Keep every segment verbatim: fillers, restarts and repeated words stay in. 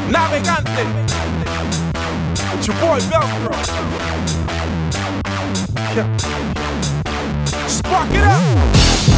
Navegante. It's your boy Velcro. Yeah. Spark it up.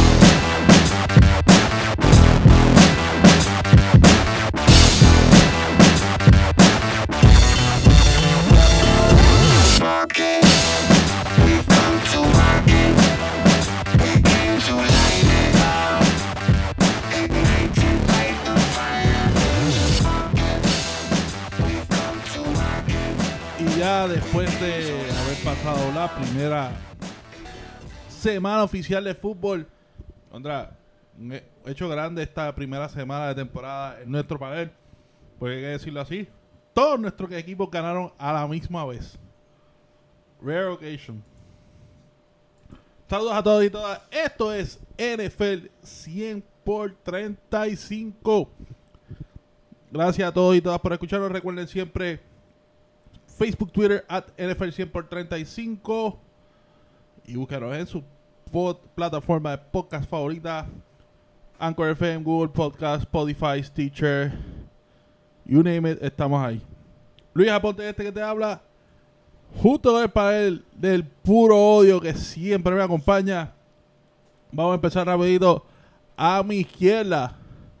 Ya después de haber pasado la primera semana oficial de fútbol, contra un hecho grande esta primera semana de temporada en nuestro panel, porque hay que decirlo así, todos nuestros equipos ganaron a la misma vez. Rare occasion. Saludos a todos y todas. Esto es N F L cien por treinta y cinco. Gracias a todos y todas por escucharnos. Recuerden siempre Facebook, Twitter, at N F L cien por treinta y cinco. Y búscanos en su pod, plataforma de podcast favorita. Anchor F M, Google Podcast, Spotify, Stitcher. You name it, estamos ahí. Luis Aponte, este que te habla. Justo del panel del puro odio que siempre me acompaña. Vamos a empezar rapidito. A mi izquierda.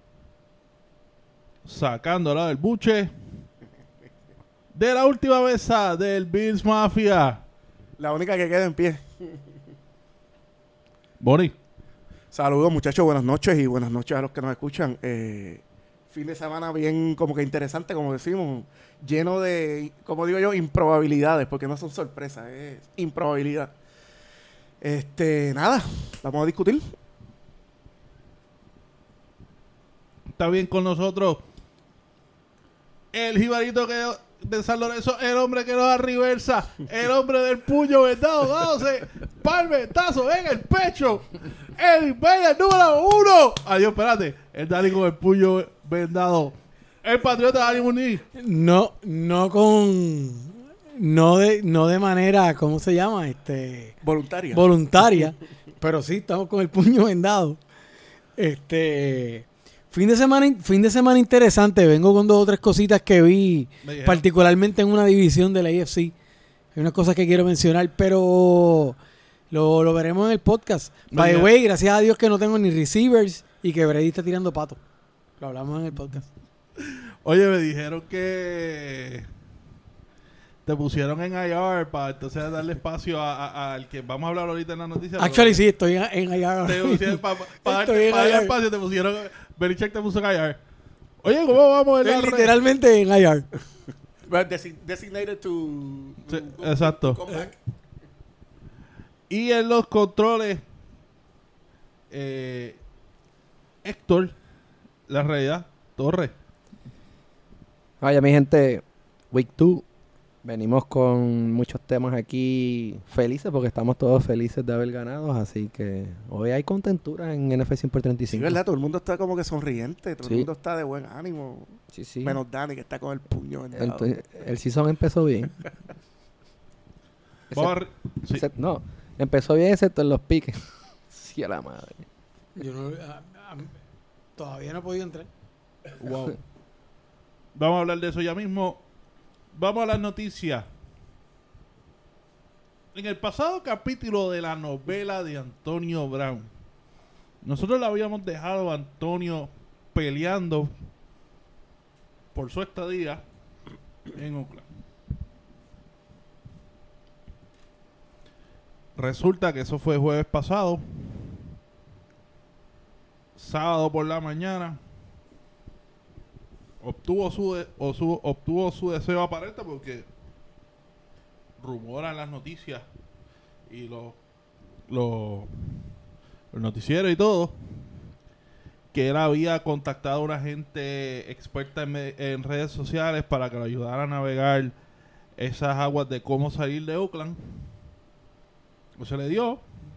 Sacándola del buche. De la última mesa del Bills Mafia. La única que queda en pie. Boni. Saludos, muchachos. Buenas noches y buenas noches a los que nos escuchan. Eh, fin de semana bien como que interesante, como decimos. Lleno de, como digo yo, improbabilidades. Porque no son sorpresas, es improbabilidad. Este, nada. Vamos a discutir. Está bien con nosotros el jibarito que... de San Lorenzo, el hombre que nos da reversa, el hombre del puño vendado, dándose palmetazo en el pecho, el Invader número uno. Adiós, espérate, el Dani con el puño vendado, el patriota Dani Muniz. No, no con, no de, no de manera, ¿cómo se llama? Este, voluntaria. Voluntaria, pero sí estamos con el puño vendado. Este. Fin de semana, fin de semana interesante. Vengo con dos o tres cositas que vi, particularmente en una división de la A F C. Hay unas cosas que quiero mencionar, pero lo, lo veremos en el podcast. By the way, gracias a Dios que no tengo ni receivers y que Brady está tirando pato. Lo hablamos en el podcast. Oye, me dijeron que te pusieron en I R para entonces darle espacio al que vamos a hablar ahorita en la noticia. Actually, sí, estoy en, en I R. Te pusieron para pa, pa darle espacio, te pusieron... Belichick te puso en I R. Oye, ¿cómo vamos a ver? Literalmente en I R. Designated to... Sí, to exacto. To y en los controles, eh, Héctor, la realidad, Torres. Vaya, mi gente, Week dos. Venimos con muchos temas aquí felices porque estamos todos felices de haber ganado, así que hoy hay contentura en N F L cien por treinta y cinco. Sí, ¿verdad? Todo el mundo está como que sonriente, todo sí. el mundo está de buen ánimo. Sí, sí. Menos Dani que está con el puño. El, el season empezó bien. excepto, sí. excepto, no, empezó bien excepto en los piques. Sí, a la madre. Yo no, a, a, todavía no he podido entrar. Wow. Vamos a hablar de eso ya mismo. Vamos a las noticias. En el pasado capítulo de la novela de Antonio Brown, nosotros le habíamos dejado a Antonio peleando por su estadía en Oakland. Resulta que eso fue jueves pasado. Sábado por la mañana obtuvo su, de, o su obtuvo su deseo aparente porque rumoran las noticias y los los los noticieros y todo que él había contactado a una gente experta en, en redes sociales para que lo ayudara a navegar esas aguas de cómo salir de Oakland. Pues se le dio.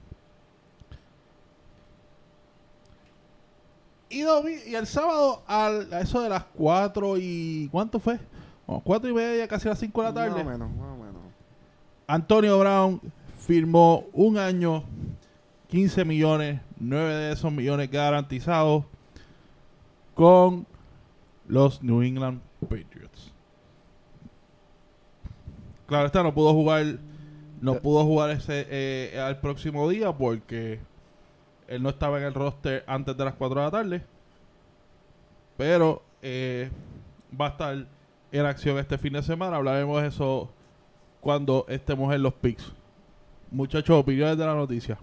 Y, y el sábado al, a eso de las cuatro y... ¿Cuánto fue? Bueno, cuatro y media, casi las cinco de la tarde. Más o menos, más o menos. Antonio Brown firmó un año, quince millones, nueve de esos millones garantizados con los New England Patriots. Claro, esta no pudo jugar, no pudo jugar ese eh, al próximo día porque él no estaba en el roster antes de las cuatro de la tarde. Pero eh, va a estar en acción este fin de semana. Hablaremos de eso cuando estemos en los picks. Muchachos, opiniones de la noticia.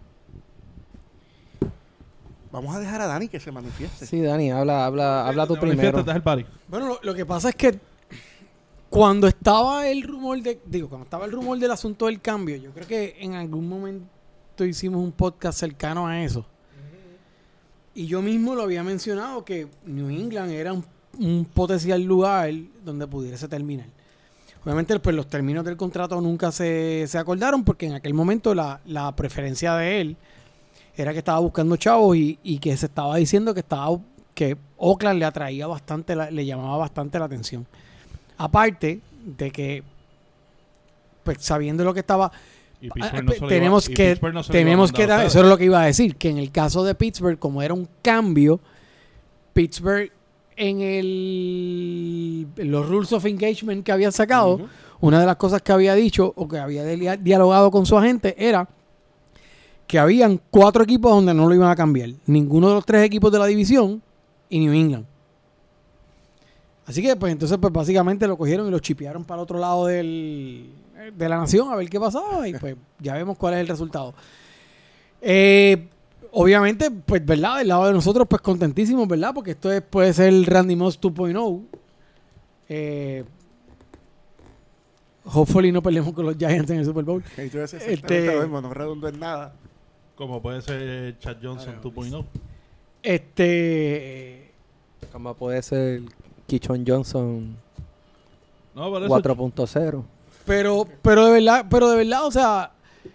Vamos a dejar a Dani que se manifieste. Sí, Dani, habla, habla, habla tú Te primero. manifiestas, el party. Bueno, lo, lo que pasa es que cuando estaba el rumor de, digo, cuando estaba el rumor del asunto del cambio, yo creo que en algún momento hicimos un podcast cercano a eso. Y yo mismo lo había mencionado que New England era un, un potencial lugar donde pudiese terminar. Obviamente, pues los términos del contrato nunca se, se acordaron porque en aquel momento la, la preferencia de él era que estaba buscando chavos y, y que se estaba diciendo que estaba que Oakland le atraía bastante, la, le llamaba bastante la atención. Aparte de que, pues sabiendo lo que estaba, Y Pittsburgh ah, no se lo tenemos iba- y que, Pittsburgh no se lo iba a tenemos mandar que a dar, ustedes. eso es lo que iba a decir, que en el caso de Pittsburgh, como era un cambio, Pittsburgh en el en los Rules of Engagement que había sacado, Ujú. una de las cosas que había dicho o que había dia- dialogado con su agente era que habían cuatro equipos donde no lo iban a cambiar. Ninguno de los tres equipos de la división y New England. Así que, pues, entonces, pues, básicamente lo cogieron y lo chipearon para el otro lado del, de la nación a ver qué pasaba y, pues, ya vemos cuál es el resultado. Eh, obviamente, pues, ¿verdad? Del lado de nosotros, pues, contentísimos, ¿verdad? Porque esto es, puede ser el Randy Moss dos punto cero. Eh, hopefully no peleemos con los Giants en el Super Bowl. Y tú dices Este- exactamente lo mismo, no redondo en nada. Como puede ser Chad Johnson dos punto cero. Este... Como puede ser Kichon Johnson No, por eso. cuatro punto cero. Pero, pero de verdad, pero de verdad, o sea,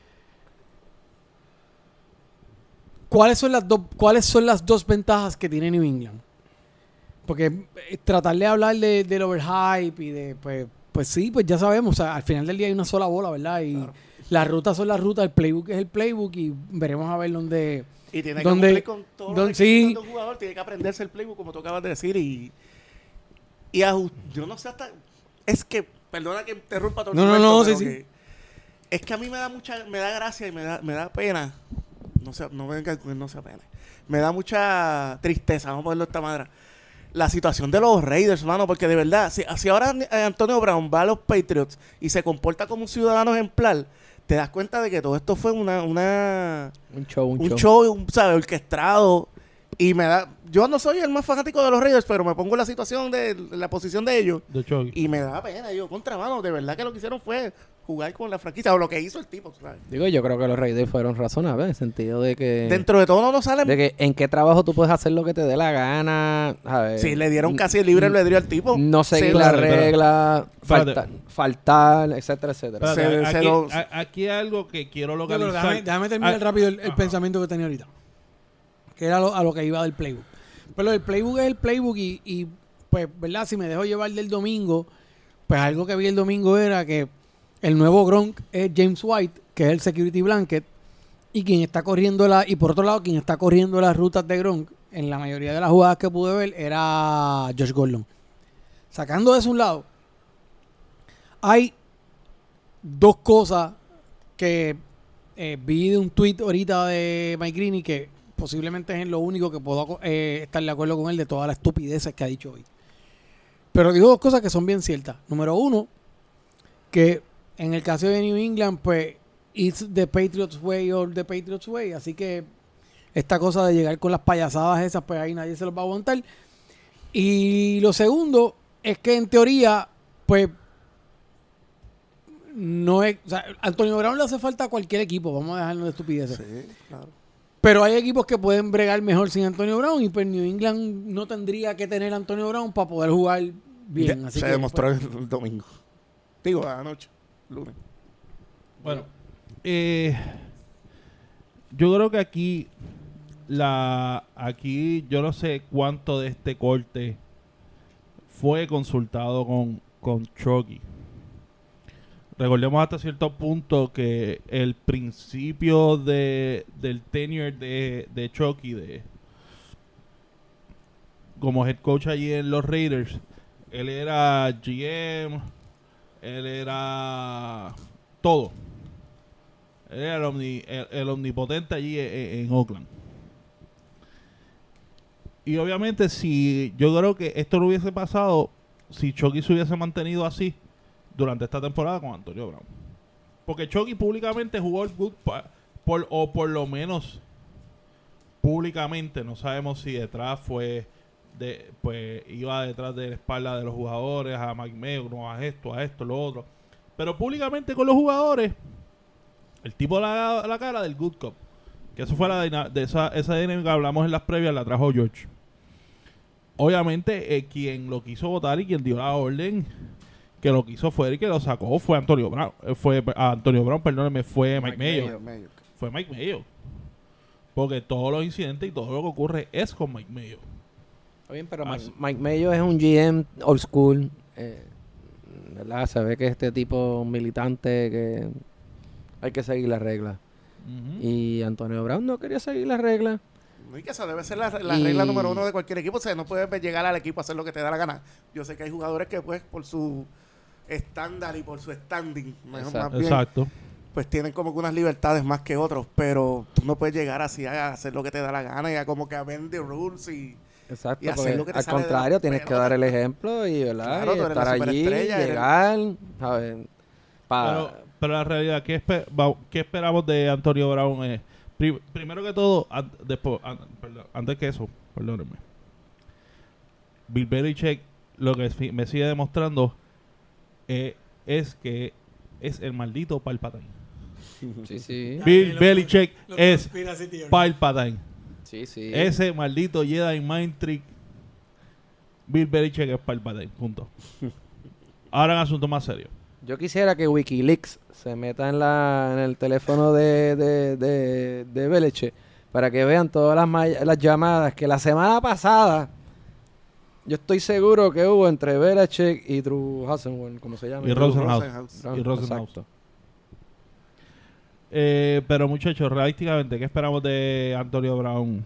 ¿cuáles son las dos, cuáles son las dos ventajas que tiene New England? Porque eh, tratar de hablar de, del overhype y de, pues, pues sí, pues ya sabemos, o sea, al final del día hay una sola bola, ¿verdad? Y Claro. las rutas son las rutas, el playbook es el playbook y veremos a ver dónde... Y tiene ¿Dónde- que cumplir con todo dónde- los sí. requisitos de un jugador, tiene que aprenderse el playbook, como tú acabas de decir, y, y ajust- yo no sé hasta, es que, perdona que interrumpa todo el No, no, momento, no, pero sí, que- es que a mí me da mucha, me da gracia y me da, me da pena, no sé, no venga con no sea pena, me da mucha tristeza, vamos a ponerlo de esta manera, la situación de los Raiders, mano, porque de verdad, si, si ahora eh, Antonio Brown va a los Patriots y se comporta como un ciudadano ejemplar, te das cuenta de que todo esto fue una, una Un show, un, un show. show, un, ¿sabes? Orquestado. Y me da... Yo no soy el más fanático de los Raiders, pero me pongo en la situación de la posición de ellos. De Chucky. Y me da pena. Yo, contra mano, de verdad que lo que hicieron fue jugar con la franquicia. O lo que hizo el tipo, ¿sabes? Digo, yo creo que los Raiders fueron razonables en el sentido de que... Dentro de todo no nos salen... de que en qué trabajo tú puedes hacer lo que te dé la gana. A ver, Sí, le dieron casi el libre albedrío al tipo. No seguir Sí, la espérate, espérate. regla, Espérate. faltar, faltar, etcétera, etcétera. Espérate, se- se aquí, lo- a- aquí hay algo que quiero No, pero localizar. déjame, déjame terminar Ah, rápido el, el ajá. pensamiento que tenía ahorita. Que era lo- a lo que iba del playbook. Pero el playbook es el playbook y, y, pues, ¿verdad? Si me dejo llevar del domingo, pues algo que vi el domingo era que el nuevo Gronk es James White, que es el security blanket, y quien está corriendo la, y por otro lado, quien está corriendo las rutas de Gronk, en la mayoría de las jugadas que pude ver, era Josh Gordon. Sacando eso a un lado, hay dos cosas que eh, vi de un tweet ahorita de Mike Greeny que posiblemente es lo único que puedo eh, estar de acuerdo con él de todas las estupideces que ha dicho hoy. Pero dijo dos cosas que son bien ciertas. Número uno, que en el caso de New England, pues, it's the Patriots way or the Patriots way. Así que esta cosa de llegar con las payasadas esas, pues ahí nadie se los va a aguantar. Y lo segundo es que en teoría, pues, no es... O sea, Antonio Brown le hace falta a cualquier equipo. Vamos a dejarlo de estupideces. Sí, claro. Pero hay equipos que pueden bregar mejor sin Antonio Brown y pues New England no tendría que tener a Antonio Brown para poder jugar bien. Ya, Así se que, demostró pues, el, el domingo. Digo, anoche. Lunes. Bueno, eh, yo creo que aquí la aquí yo no sé cuánto de este corte fue consultado con con Chucky. Recordemos hasta cierto punto que el principio de del tenure de, de Chucky de como head coach allí en los Raiders Él era G M, él era todo. Él era el, omni, el, el omnipotente allí en, en Oakland. Y obviamente si yo creo que esto no hubiese pasado si Chucky se hubiese mantenido así durante esta temporada con Antonio Brown. Porque Chucky públicamente jugó el good pa- por, o por lo menos públicamente, no sabemos si detrás fue de, pues iba detrás de la espalda de los jugadores, a Mike Mayo, no a esto, a esto, lo otro. Pero públicamente con los jugadores, el tipo la, la cara del good cop. Que eso fue la dina- de esa, esa dinámica que hablamos en las previas, la trajo George. Obviamente, eh, quien lo quiso votar y quien dio la orden que lo quiso fue el que lo sacó fue Antonio Brown. Eh, fue ah, Antonio Brown, perdóneme, fue Mike, Mike Mayo. Mayo. Fue Mike Mayo. Porque todos los incidentes y todo lo que ocurre es con Mike Mayo. Está bien, pero Ah, Mike, sí. Mike Mayo es un G M old school. Eh, ¿verdad? Se ve que este tipo militante que hay que seguir las reglas. Uh-huh. Y Antonio Brown no quería seguir las reglas. Y que esa debe ser la, la Y- regla número uno de cualquier equipo. O sea, no puedes llegar al equipo a hacer lo que te da la gana. Yo sé que hay jugadores que, pues, por su estándar y por su standing, mejor, Exacto. más bien, Exacto. pues tienen como que unas libertades más que otros. Pero tú no puedes llegar así a hacer lo que te da la gana y a como que a bend the rules y... Exacto, Y hacer porque lo que te al sale de la contrario tienes que pelota. dar el ejemplo y, ¿verdad? Claro, y tú eres la estar allí, superestrella, eres- llegar, ¿sabes? Pa- Pero, pero la realidad, ¿qué, espe- va- qué esperamos de Antonio Brown? Eh, pri- primero que todo, an- después, an- perdón, antes que eso, perdónenme. Bill Belichick lo que fi- me sigue demostrando eh, es que es el maldito Palpatine. sí, sí, Bill Belichick es Palpatine. sí, sí. Ese maldito Jedi Mind Trick. Bill Belichick es Palpatine, punto. Ahora en asunto más serio. Yo quisiera que WikiLeaks se meta en la en el teléfono de, de, de, de Belichick para que vean todas las, ma- las llamadas que la semana pasada yo estoy seguro que hubo entre Belichick y Drew Rosenwald, como se llama. Y Drew Rosenhaus. Rosenhaus. y Rosenhaus. Exacto. Eh, pero muchachos, realísticamente, ¿qué esperamos de Antonio Brown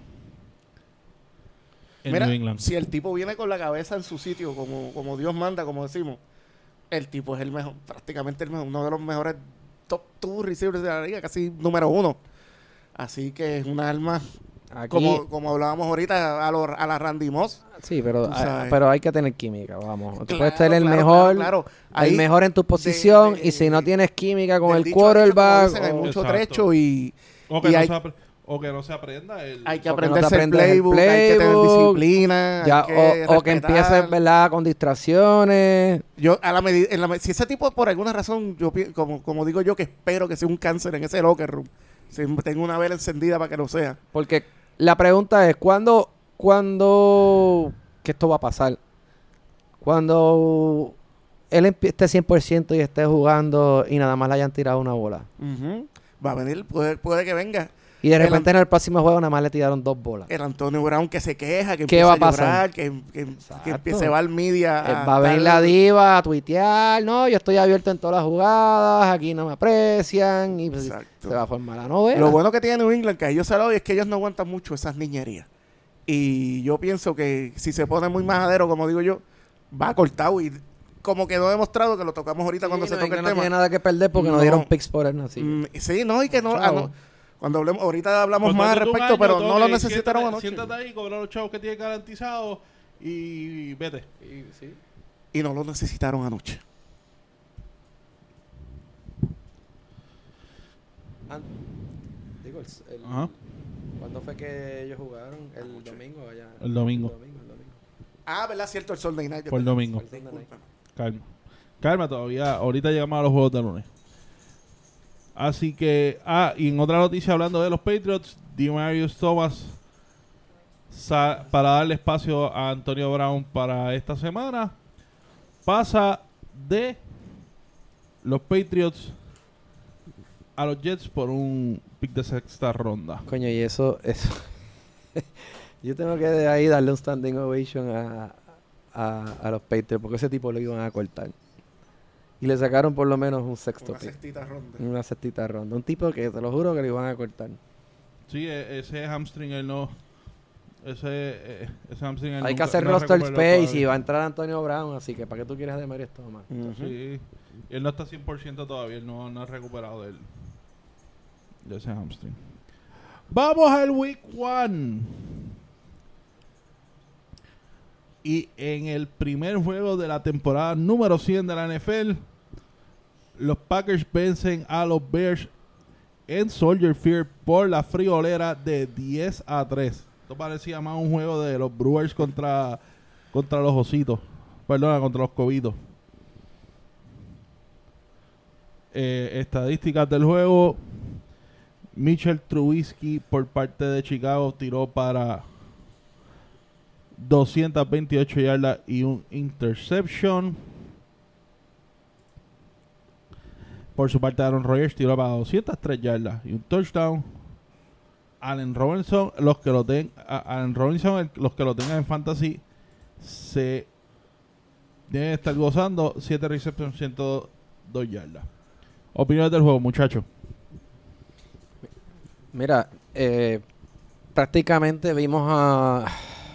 en Mira, New England? si el tipo viene con la cabeza en su sitio, como, como Dios manda, como decimos, el tipo es el mejor, prácticamente el mejor, uno de los mejores top two receivers de la liga, casi número uno. Así que es una arma, Aquí, como, como hablábamos ahorita, a, lo- a la Randy Moss. sí, pero, tú a- sabes. pero hay que tener química, vamos. Tú Claro, puedes ser el claro, mejor, claro, claro. el Ahí, mejor en tu posición de- y si no tienes química con del el dicho al hecho, como quarterback, dicen, hay o- mucho Exacto. trecho y O que, y no hay- se apre- o que no se aprenda el... hay que o que no te aprenderse el aprendes el playbook, hay que tener playbook, disciplina, ya, hay que o, o que respetar. empieces, ¿verdad? Con distracciones. Yo, a la medida, en la me- si ese tipo, por alguna razón, yo pi- como, como digo yo, que espero que sea un cáncer en ese locker room. Si tengo una vela encendida para que lo sea. Porque la pregunta es, ¿cuándo, cuándo que esto va a pasar? Cuando él empie- esté cien por ciento y esté jugando y nada más le hayan tirado una bola. Ujú. Va a venir, puede, puede que venga Y de El repente an- en el próximo juego nada más le tiraron dos bolas. el Antonio Brown que se queja, que ¿Qué empieza va a a pasar? llorar, que, que, que Exacto. empiece- se va al media. Eh, a va a venir estar- la diva a tuitear, no, yo estoy abierto en todas las jugadas, aquí no me aprecian y pues, Exacto. se va a formar la novela. Lo bueno que tiene New England, que a ellos se lo doy, es que ellos no aguantan mucho esas niñerías. Y yo pienso que si se pone muy majadero, como digo yo, va cortado. Y como quedó demostrado, que lo tocamos ahorita Sí, cuando se no, toca el no tema. tiene nada que perder porque no, No. dieron picks por él. Así. Mm, sí, no, y que no, Chao. ah, no. Cuando hablemos, ahorita hablamos Cuando más al tú un respecto, año, pero todo no lo que necesitaron siéntate, anoche. Siéntate ahí, cobra los chavos que tienes garantizados y vete. Y no lo necesitaron anoche. Digo, el, el- Ajá. ¿cuándo fue que ellos jugaron? El domingo allá. El domingo. El domingo, el domingo. Ah, ¿verdad? Cierto, el Sunday Night. Fue el domingo. Disculpa. Calma. Calma todavía. Ahorita llegamos a los juegos de lunes. Así que... Ah, y en otra noticia hablando de los Patriots, Demarius Thomas sa- para darle espacio a Antonio Brown para esta semana pasa de los Patriots a los Jets por un pick de sexta ronda. Coño, y eso, eso. Yo tengo que de ahí darle un standing ovation a, a, a los Patriots porque ese tipo lo iban a cortar. Y le sacaron por lo menos un sexto Una pick. sextita ronda. Una sextita ronda. Un tipo que te lo juro que lo iban a cortar. Sí, e- ese hamstring él no... Ese, eh, ese hamstring él Hay que nunca- hacer no roster recuperó space todavía. y va a entrar Antonio Brown, así que ¿para qué tú quieres de Mario Thomas? Ujú. Sí. Y él no está cien por ciento todavía, él no, no ha recuperado del, de ese hamstring. Vamos al Week one. Y en el primer juego de la temporada número cien de la N F L, los Packers vencen a los Bears en Soldier Field por la friolera de diez a tres. Esto parecía más un juego de los Brewers contra, contra los Ositos. Perdona, contra los Cobitos. Eh, estadísticas del juego. Mitchell Trubisky por parte de Chicago tiró para doscientas veintiocho yardas y un interception. Por su parte, Aaron Rodgers tiró para doscientas tres yardas y un touchdown. Allen Robinson, los que lo tengan, Allen Robinson, el- los que lo tengan en fantasy, se deben estar gozando siete recepciones, ciento dos yardas. Opiniones del juego, muchachos. Mira, eh, prácticamente vimos a,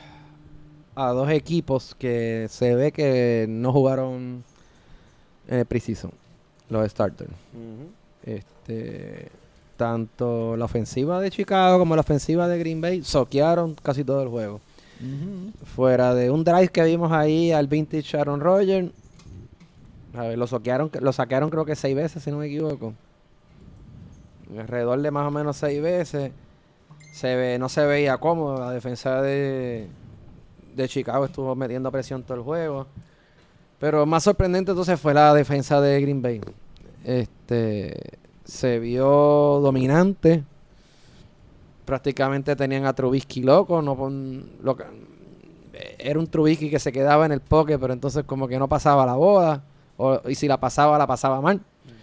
a dos equipos que se ve que no jugaron eh, pre-season, los starters. Ujú. Este, tanto la ofensiva de Chicago como la ofensiva de Green Bay soquearon casi todo el juego. Fuera de un drive que vimos ahí al vintage Aaron Rodgers, a ver, lo soquearon, lo saquearon creo que seis veces, si no me equivoco. Alrededor de más o menos seis veces. Se ve, no se veía cómodo. La defensa de, de Chicago estuvo metiendo presión todo el juego. Pero más sorprendente entonces fue la defensa de Green Bay. Este se vio dominante. Prácticamente tenían a Trubisky loco. No pon, lo, era un Trubisky que se quedaba en el pocket, pero entonces como que no pasaba la bola. O, y si la pasaba, la pasaba mal.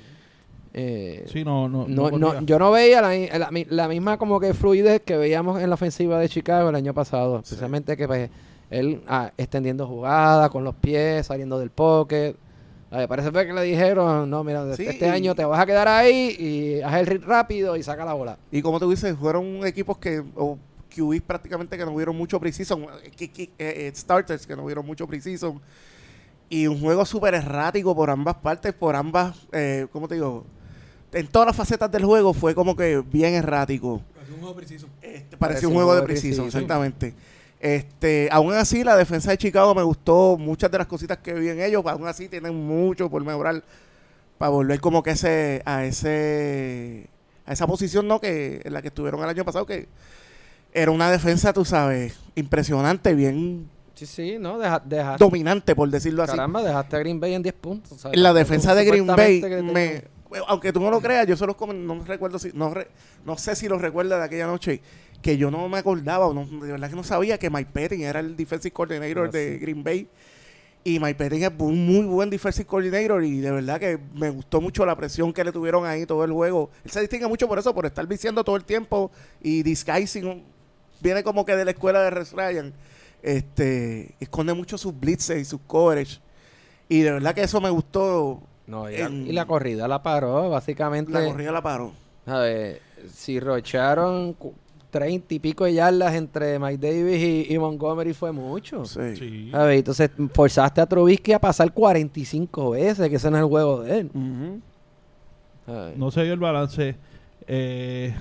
Eh, Sí, no, no, no, no no, corría. yo no veía la, la, la misma como que fluidez que veíamos en la ofensiva de Chicago el año pasado. Sí. Especialmente que pues, él ah, extendiendo jugadas con los pies, saliendo del pocket. Ay, parece que le dijeron, no, mira, Sí, este y- año te vas a quedar ahí y haz el rit rápido y saca la bola. Y como tú dices, fueron equipos que, o Q Bs prácticamente que no hubieron mucho pre-season, eh, que- que- eh, eh, starters que no hubieron mucho pre-season. Y un juego súper errático por ambas partes, por ambas, eh, ¿cómo te digo? En todas las facetas del juego fue como que bien errático. Un juego preciso. Este, parecía un juego de pre-season, exactamente. Este, aún así, la defensa de Chicago me gustó muchas de las cositas que vi en ellos. Aún así, tienen mucho por mejorar para volver como que ese, a ese, a esa posición, ¿no? Que en la que estuvieron el año pasado, que era una defensa, tú sabes, impresionante, bien Sí, sí, no, deja, dejaste, dominante, por decirlo así. caramba, dejaste a Green Bay en diez puntos. ¿sabes? La defensa de Green Bay, Supuestamente que me, tenía- bueno, aunque tú no lo creas, yo solo no recuerdo si, no, re- no sé si lo recuerdas de aquella noche, que yo no me acordaba, o no, de verdad que no sabía que Mike Pettin era el defensive coordinator Ah, de sí. Green Bay. Y Mike Pettin es un muy buen defensive coordinator y de verdad que me gustó mucho la presión que le tuvieron ahí todo el juego. Él se distingue mucho por eso, por estar diciendo todo el tiempo y disguising. Viene como que de la escuela de Rex Ryan. Este, esconde mucho sus blitzes y sus coverage. Y de verdad que eso me gustó. No, y, la, en- y la corrida la paró, básicamente. La corrida la paró. A ver, si rocharon cu- treinta y pico de yardas entre Mike Davis y, y Montgomery fue mucho. Sí. Sí. A ver, entonces forzaste a Trubisky a pasar cuarenta y cinco veces, que ese no es el juego de él. Ujú. A ver. No se dio el balance. Eh,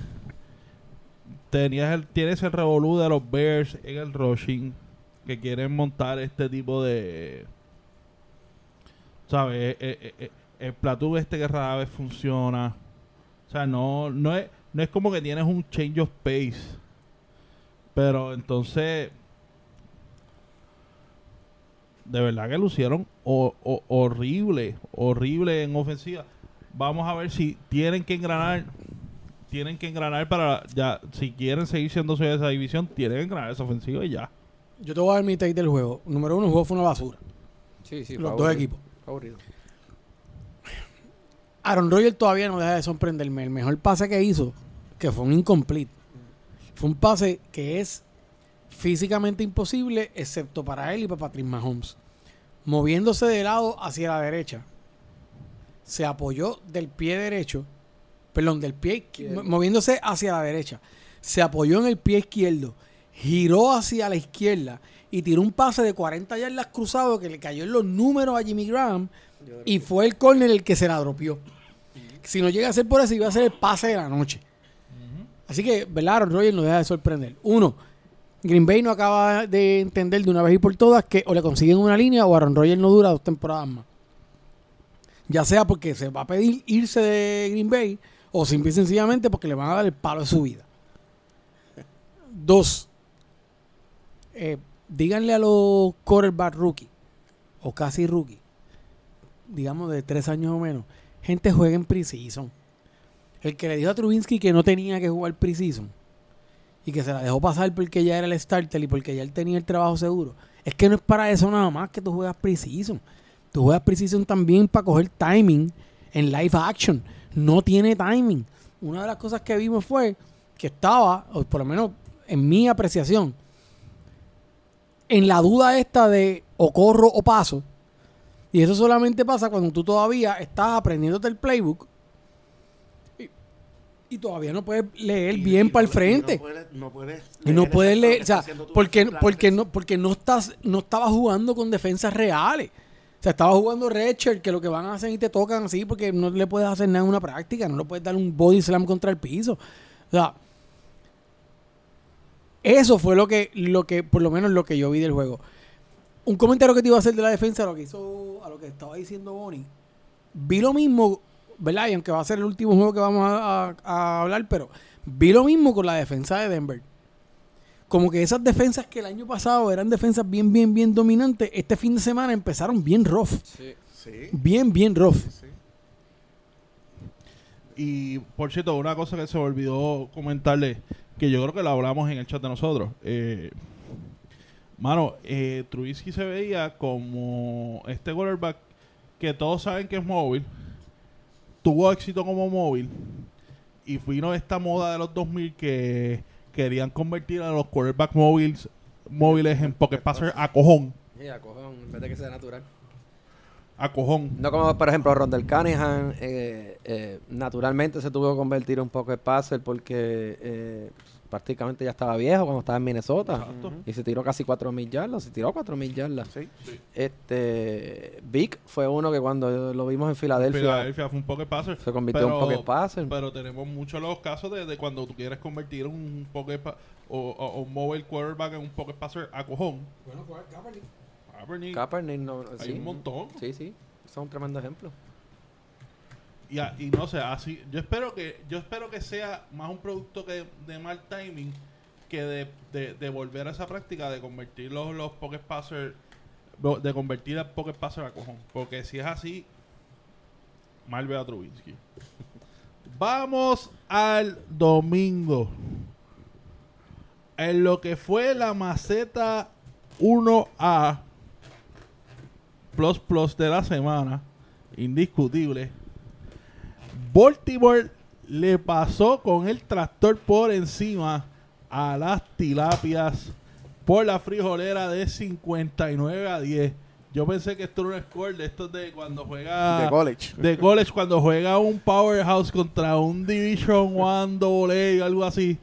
tenías el, tienes el revolú de los Bears en el rushing que quieren montar este tipo de, ¿sabes? Eh, eh, eh, el platú este que rara vez funciona. O sea, no, no es, no es como que tienes un change of pace. Pero entonces, de verdad que lucieron ho- ho- horrible, horrible en ofensiva. Vamos a ver si tienen que engranar, tienen que engranar para ya, si quieren seguir siendo de esa división, tienen que engranar esa ofensiva y ya. Yo te voy a dar mi take del juego. Número uno, el juego fue una basura. Sí, sí, Los fue dos aburrido, equipos. fue aburrido. Aaron Rodgers todavía no deja de sorprenderme. El mejor pase que hizo, que fue un incomplete, fue un pase que es físicamente imposible, excepto para él y para Patrick Mahomes. Moviéndose de lado hacia la derecha, se apoyó del pie derecho, perdón, del pie izqui- Izquierdo. moviéndose hacia la derecha, se apoyó en el pie izquierdo giró hacia la izquierda y tiró un pase de cuarenta yardas cruzado que le cayó en los números a Jimmy Graham y fue el córner el que se la dropió. Si no llega a ser por eso, iba a ser el pase de la noche. Uh-huh. Así que, ¿verdad? Aaron Rodgers no deja de sorprender. Uno, Green Bay no acaba de entender de una vez y por todas que o le consiguen una línea o Aaron Rodgers no dura dos temporadas más. Ya sea porque se va a pedir irse de Green Bay o simple y sencillamente porque le van a dar el palo de su vida. Dos, eh, díganle a los quarterback rookie o casi rookie, digamos de tres años o menos, gente juega en preseason. El que le dijo a Trubisky que no tenía que jugar preseason y que se la dejó pasar porque ya era el starter y porque ya él tenía el trabajo seguro, es que no es para eso nada más que tú juegas preseason. Tú juegas preseason también para coger timing en live action. No tiene timing. Una de las cosas que vimos fue que estaba, o por lo menos en mi apreciación, en la duda esta de o corro o paso. Y eso solamente pasa cuando tú todavía estás aprendiéndote el playbook y, y todavía no puedes leer y, bien y para no, el frente. Y no puedes no puedes leer, y no puedes leer o sea, porque, porque, no, porque no estás no estabas jugando con defensas reales. O sea, estaba jugando Redshirt, que lo que van a hacer y te tocan así porque no le puedes hacer nada en una práctica, no le puedes dar un body slam contra el piso. O sea, eso fue lo que, lo que, por lo menos lo que yo vi del juego. Un comentario que te iba a hacer de la defensa a lo que hizo, a lo que estaba diciendo Bonnie. Vi lo mismo, ¿verdad? Y aunque va a ser el último juego que vamos a, a, a hablar, pero vi lo mismo con la defensa de Denver. Como que esas defensas que el año pasado eran defensas bien, bien, bien dominantes, este fin de semana empezaron bien rough. Sí. Sí. Bien, bien rough. Sí. Y, por cierto, una cosa que se me olvidó comentarle, que yo creo que lo hablamos en el chat de nosotros. Eh, mano, eh, Trubisky se veía como este quarterback que todos saben que es móvil, tuvo éxito como móvil, y vino esta moda de los dos mil que querían convertir a los quarterbacks móviles, móviles en pocket passer a cojón. Sí, a cojón, en vez de que sea natural. A cojón. No como, por ejemplo, Rondell Cunningham, eh, eh, naturalmente se tuvo que convertir en un pocket passer porque eh, prácticamente ya estaba viejo cuando estaba en Minnesota. Exacto. Y se tiró casi cuatro mil yardas. Se tiró cuatro mil yardas. Sí, sí. Este, Vic fue uno que cuando lo vimos en Filadelfia, Filadelfia fue un pocket passer. Se convirtió en un pocket passer. Pero tenemos muchos los casos de, de cuando tú quieres convertir un pocket pa- o, o, o un mobile quarterback en un pocket passer a cojón. Bueno, Kaepernick. Kaepernick. Kaepernick no, Hay sí. un montón. Sí, sí. Eso es un tremendo ejemplo. Y, a, y no sé, así yo espero que yo espero que sea más un producto que de mal timing que de, de, de volver a esa práctica de convertir los, los pocket passers, de convertir a pocket passer a cojón, porque si es así, mal veo a Trubisky. Vamos al domingo, en lo que fue la maceta uno A plus plus de la semana, indiscutible. Baltimore le pasó con el tractor por encima a las tilapias por la frijolera de cincuenta y nueve a diez. Yo pensé que esto era un score de estos de cuando juega de college. De college, cuando juega un powerhouse contra un Division One Double A o algo así.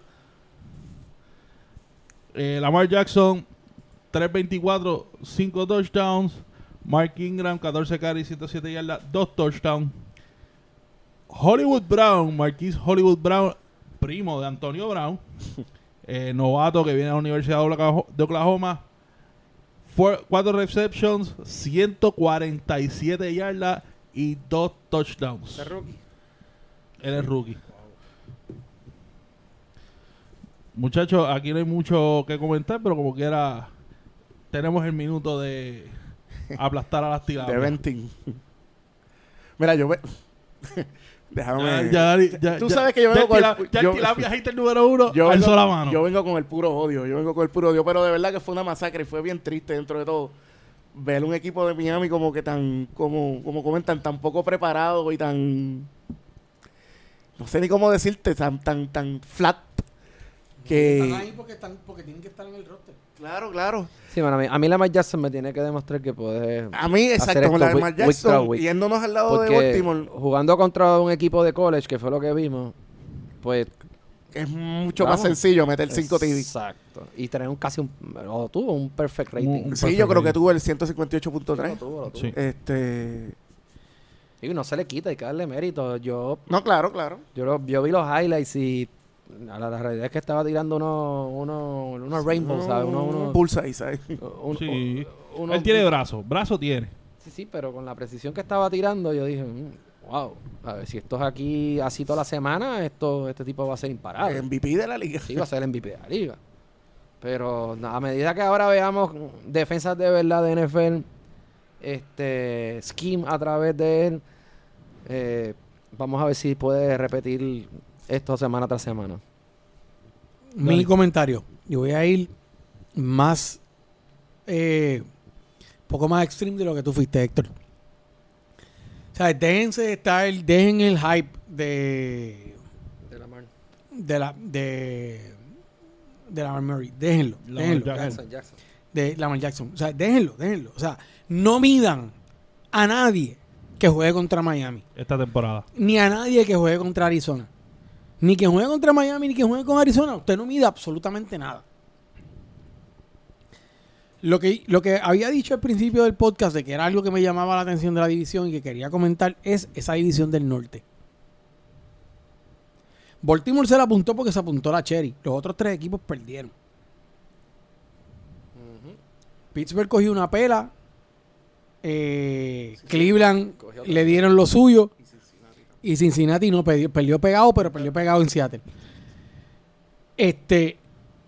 Eh, Lamar Jackson, trescientos veinticuatro, cinco touchdowns. Mark Ingram, catorce carries, ciento siete yardas, dos touchdowns. Hollywood Brown, Marquise Hollywood Brown, primo de Antonio Brown, eh, novato que viene a la Universidad de Oklahoma, Four, cuatro receptions, ciento cuarenta y siete yardas y dos touchdowns. ¿Es rookie? Él es rookie. Wow. Muchachos, aquí no hay mucho que comentar, pero como quiera, tenemos el minuto de aplastar a las tilapias. De venting. Mira, yo ve... Déjame. Ya, ya, ya, Tú ya, sabes que yo vengo ya, con el. Ya yo, el tilapia hater número uno, yo alzó vengo, la mano. Yo vengo con el puro odio. Yo vengo con el puro odio. Pero de verdad que fue una masacre y fue bien triste dentro de todo. Ver un equipo de Miami como que tan. Como, como comentan, tan poco preparado y tan. No sé ni cómo decirte, tan, tan, tan flat. Que. Están ahí porque, están, porque tienen que estar en el roster. Claro, claro. Sí, bueno, a mí, a mí Lamar Jackson me tiene que demostrar que puede. A mí, exacto, con la Lamar Jackson, yéndonos al lado porque de Baltimore. Jugando contra un equipo de college, que fue lo que vimos, pues es mucho Vamos. más sencillo meter cinco T D. Exacto. Y tener un casi un... O tuvo un perfect rating. Un- un Sí, perfect yo creo que rating. tuvo el ciento cincuenta y ocho punto Lo tres. tuvo, lo tuvo. Sí. Este... Y no se le quita, hay que darle mérito. Yo, No, claro, claro. yo, lo- yo vi los highlights y a la, la realidad es que estaba tirando unos uno, unos rainbows, ¿sabes? Uno, uno, Bullseye, ¿sabes? un- Sí. uno- Él tiene brazo. Brazo tiene. Sí, sí, pero con la precisión que estaba tirando, yo dije, mm, wow, a ver, si esto es aquí así toda la semana, esto este tipo va a ser imparable. M V P de la liga. Sí, va a ser el M V P de la liga. Pero na- a medida que ahora veamos defensas de verdad de N F L, este scheme a través de él, eh, vamos a ver si puede repetir esto semana tras semana. Mi Dale. comentario. Yo voy a ir más, eh, poco más extreme de lo que tú fuiste, Héctor. O sea, déjense de estar, dejen el hype de, De la mar. de la, de, de Lamar Murray. Déjenlo, Lamar déjenlo. Jackson. Jackson, Jackson. De Lamar Jackson. O sea, déjenlo, déjenlo. O sea, no midan a nadie que juegue contra Miami. Esta temporada. Ni a nadie que juegue contra Arizona. Ni que juegue contra Miami, ni que juegue con Arizona. Usted no mide absolutamente nada. Lo que, lo que había dicho al principio del podcast, de que era algo que me llamaba la atención de la división y que quería comentar, es esa división del norte. Baltimore se la apuntó porque se apuntó la Cherry. Los otros tres equipos perdieron. Pittsburgh cogió una pela. Eh, Cleveland Cogió otra. le dieron lo suyo. Y Cincinnati no perdió, perdió pegado, pero perdió pegado en Seattle. Este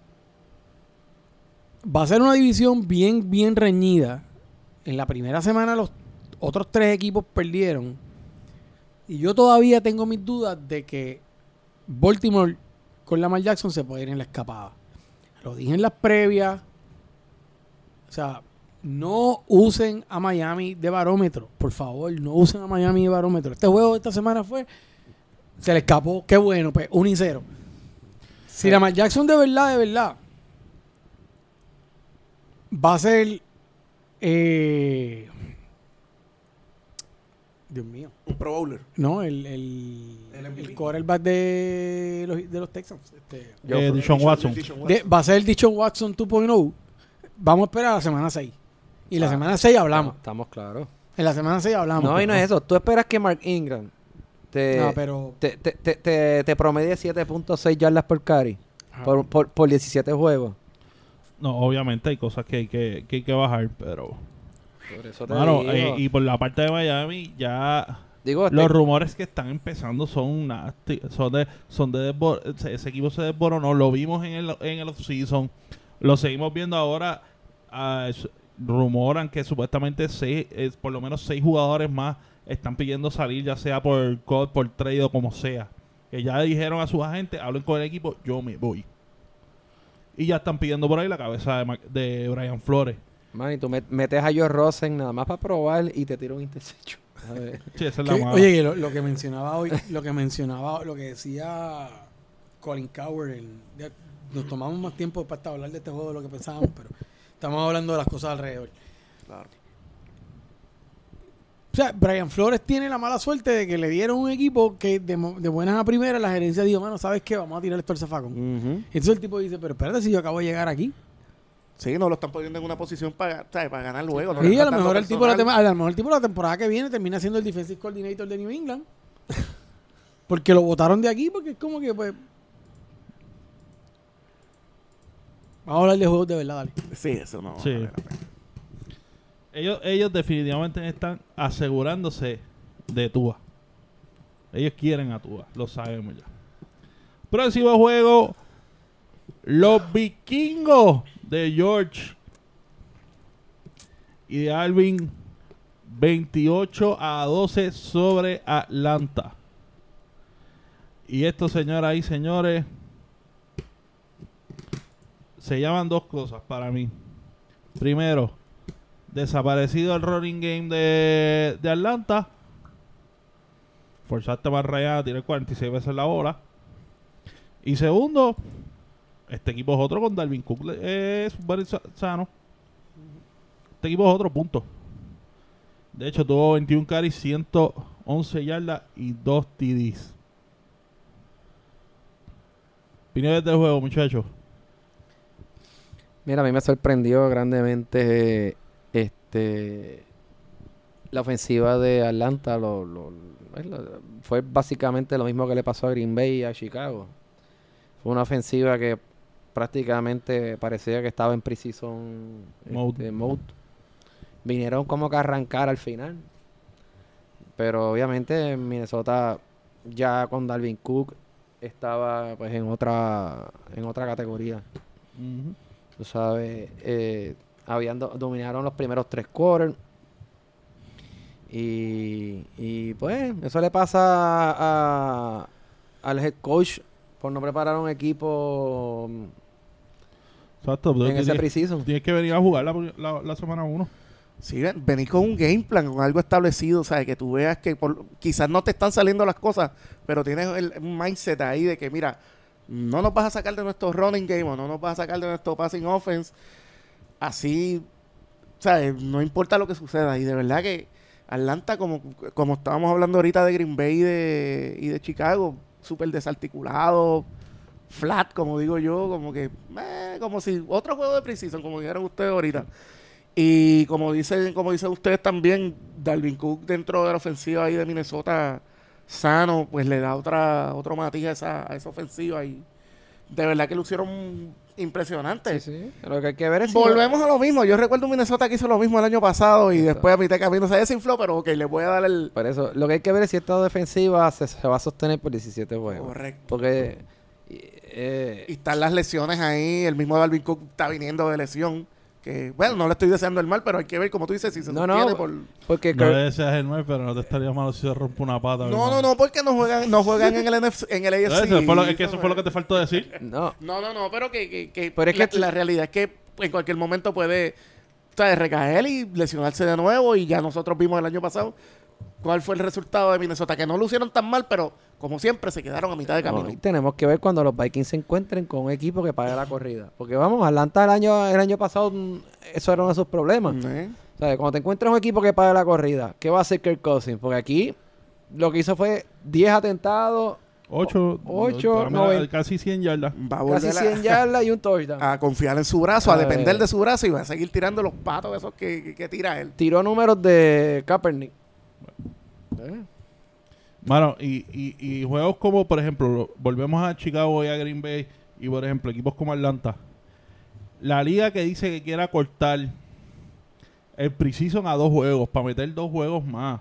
va a ser una división bien, bien reñida. En la primera semana los otros tres equipos perdieron. Y yo todavía tengo mis dudas de que Baltimore con Lamar Jackson se puede ir en la escapada. Lo dije en las previas. O sea, no usen a Miami de barómetro. Por favor, no usen a Miami de barómetro. Este juego de esta semana fue... Se le escapó. Qué bueno, pues, uno y cero. Si Lamar Jackson de verdad, de verdad, va a ser... Eh, Dios mío. Un Pro Bowler. No, el, el, El M V P. el quarterback de los, de los Texans. Este, Yo Eh, fui- Deshaun Watson. de- va a ser el Deshaun Watson dos punto cero. Vamos a esperar a la semana seis. Y la Ah, semana seis hablamos. Estamos claros. En la semana seis hablamos. No, y no es eso. Tú esperas que Mark Ingram te, No, pero... te, te, te, te, te promedie siete punto seis yardas por carry Ajá. por, por, por diecisiete juegos. No, obviamente hay cosas que hay que, que, hay que bajar, pero... Por eso te Mano, digo. eh, y por la parte de Miami, ya... Digo, este- Los rumores que están empezando son nasty, son de, son de desbor- ese, ese equipo se desboronó, lo vimos en el, en el off-season, lo seguimos viendo ahora, ah, es- rumoran que supuestamente seis, es, por lo menos seis jugadores más están pidiendo salir, ya sea por code, por trade o como sea, que ya dijeron a sus agentes, hablen con el equipo, yo me voy. Y ya están pidiendo por ahí la cabeza de, Ma- de Brian Flores. Man, y tú met- metes a Joe Rosen nada más para probar y te tira un interception. A ver. Sí, esa es la Que- mala. oye, lo, lo que mencionaba hoy, lo que mencionaba, lo que decía Colin Coward, el- ya nos tomamos más tiempo para hablar de este juego de lo que pensábamos, pero estamos hablando de las cosas alrededor. Claro. O sea, Brian Flores tiene la mala suerte de que le dieron un equipo que de, mo- de buenas a primeras la gerencia dijo, mano, ¿sabes qué? Vamos a tirar esto al zafacón. Ujú. Entonces el tipo dice, pero espérate si yo acabo de llegar aquí. Sí, no lo están poniendo en una posición para, ¿sabes? Para ganar luego. no Sí, le a están lo dando mejor el tipo la personal. tem- a lo mejor el tipo la temporada que viene termina siendo el defensive coordinator de New England. Porque lo votaron de aquí, porque es como que pues. Vamos a hablar de juegos de verdad, dale. Sí, eso no. Sí. vale la pena. Ellos, ellos definitivamente están asegurándose de Tua. Ellos quieren a Tua, lo sabemos ya. Próximo juego, los vikingos de George y de Alvin, veintiocho a doce sobre Atlanta. Y esto, señoras y señores, se llaman dos cosas para mí. Primero, desaparecido el running game de, de Atlanta. Forzaste más rayada a tirar cuarenta y seis veces la bola. Y segundo, este equipo es otro con Dalvin Cook. eh, Es súper sa- sano. Este equipo es otro punto. De hecho, tuvo veintiún carries, ciento once yardas y dos T Ds. Opiniones del juego, muchachos. Mira, a mí me sorprendió grandemente este la ofensiva de Atlanta. Lo, lo, lo- fue básicamente lo mismo que le pasó a Green Bay y a Chicago. Fue una ofensiva que prácticamente parecía que estaba en pre-season Mode. este, mode. Vinieron como que a arrancar al final. Pero obviamente en Minnesota ya con Dalvin Cook estaba pues en otra en otra categoría. Ujú. Tú sabes, eh, habían do- dominaron los primeros tres quarters. Y, y pues eso le pasa a, al head coach por no preparar un equipo Exacto. tú en ese tienes, pre-season. tienes que venir a jugar la, la, la semana uno. Sí, ven- venir con un game plan, con algo establecido, ¿sabes? Que tú veas que por, quizás no te están saliendo las cosas, pero tienes el, un mindset ahí de que, mira, no nos vas a sacar de nuestro running game o no nos vas a sacar de nuestro passing offense. Así, ¿sabes? No importa lo que suceda. Y de verdad que Atlanta, como, como estábamos hablando ahorita de Green Bay y de, y de Chicago, súper desarticulado, flat, como digo yo, como que, eh, como si otro juego de preseason, como dijeron ustedes ahorita. Y como dicen, como dicen ustedes también, Dalvin Cook dentro de la ofensiva ahí de Minnesota, sano, pues le da otra otro matiz a esa, a esa ofensiva y de verdad que lucieron impresionantes. Sí, sí. Lo que hay que ver es si- Volvemos a lo mismo. Yo recuerdo Minnesota que hizo lo mismo el año pasado y después a mitad de camino se desinfló, pero ok, le voy a dar el... Por eso, lo que hay que ver es si esta defensiva se, se va a sostener por diecisiete juegos. Correcto. Porque eh, Y están las lesiones ahí. El mismo Dalvin Cook está viniendo de lesión. Que, bueno, no le estoy deseando el mal, pero hay que ver, como tú dices, si se No, sostiene no, por... porque No Kirk- le deseas el mal, pero no te estaría malo si se rompe una pata. No, no, no, porque no juegan, no juegan en el N F C, en el A F C. Eso fue lo, es que eso fue lo que te faltó decir. no, No, no, no, pero que, que, que Pero es la, que- la realidad es que en cualquier momento puede, ¿sabes? Recaer y lesionarse de nuevo. Y ya nosotros vimos el año pasado cuál fue el resultado de Minnesota, que no lo hicieron tan mal, pero como siempre se quedaron a mitad de no, camino. y tenemos que ver cuando los Vikings se encuentren con un equipo que pague la corrida. Porque vamos, Atlanta el año, el año pasado, mm, eso era uno de sus problemas. ¿Eh? O sea, cuando te encuentras un equipo que pague la corrida, ¿qué va a hacer Kirk Cousins? Porque aquí lo que hizo fue diez atentados, ocho, Ocho, mira, noven- casi cien yardas. Va a volver casi a- cien yardas y un touchdown. a confiar en su brazo, a A depender ver. de su brazo y va a seguir tirando los patos esos que, que, que tira él. Tiró números de Kaepernick. Eh, Mano, y, y, y juegos como, por ejemplo, lo- volvemos a Chicago y a Green Bay, y por ejemplo, equipos como Atlanta. La liga que dice que quiera cortar el preseason a dos juegos, para meter dos juegos más.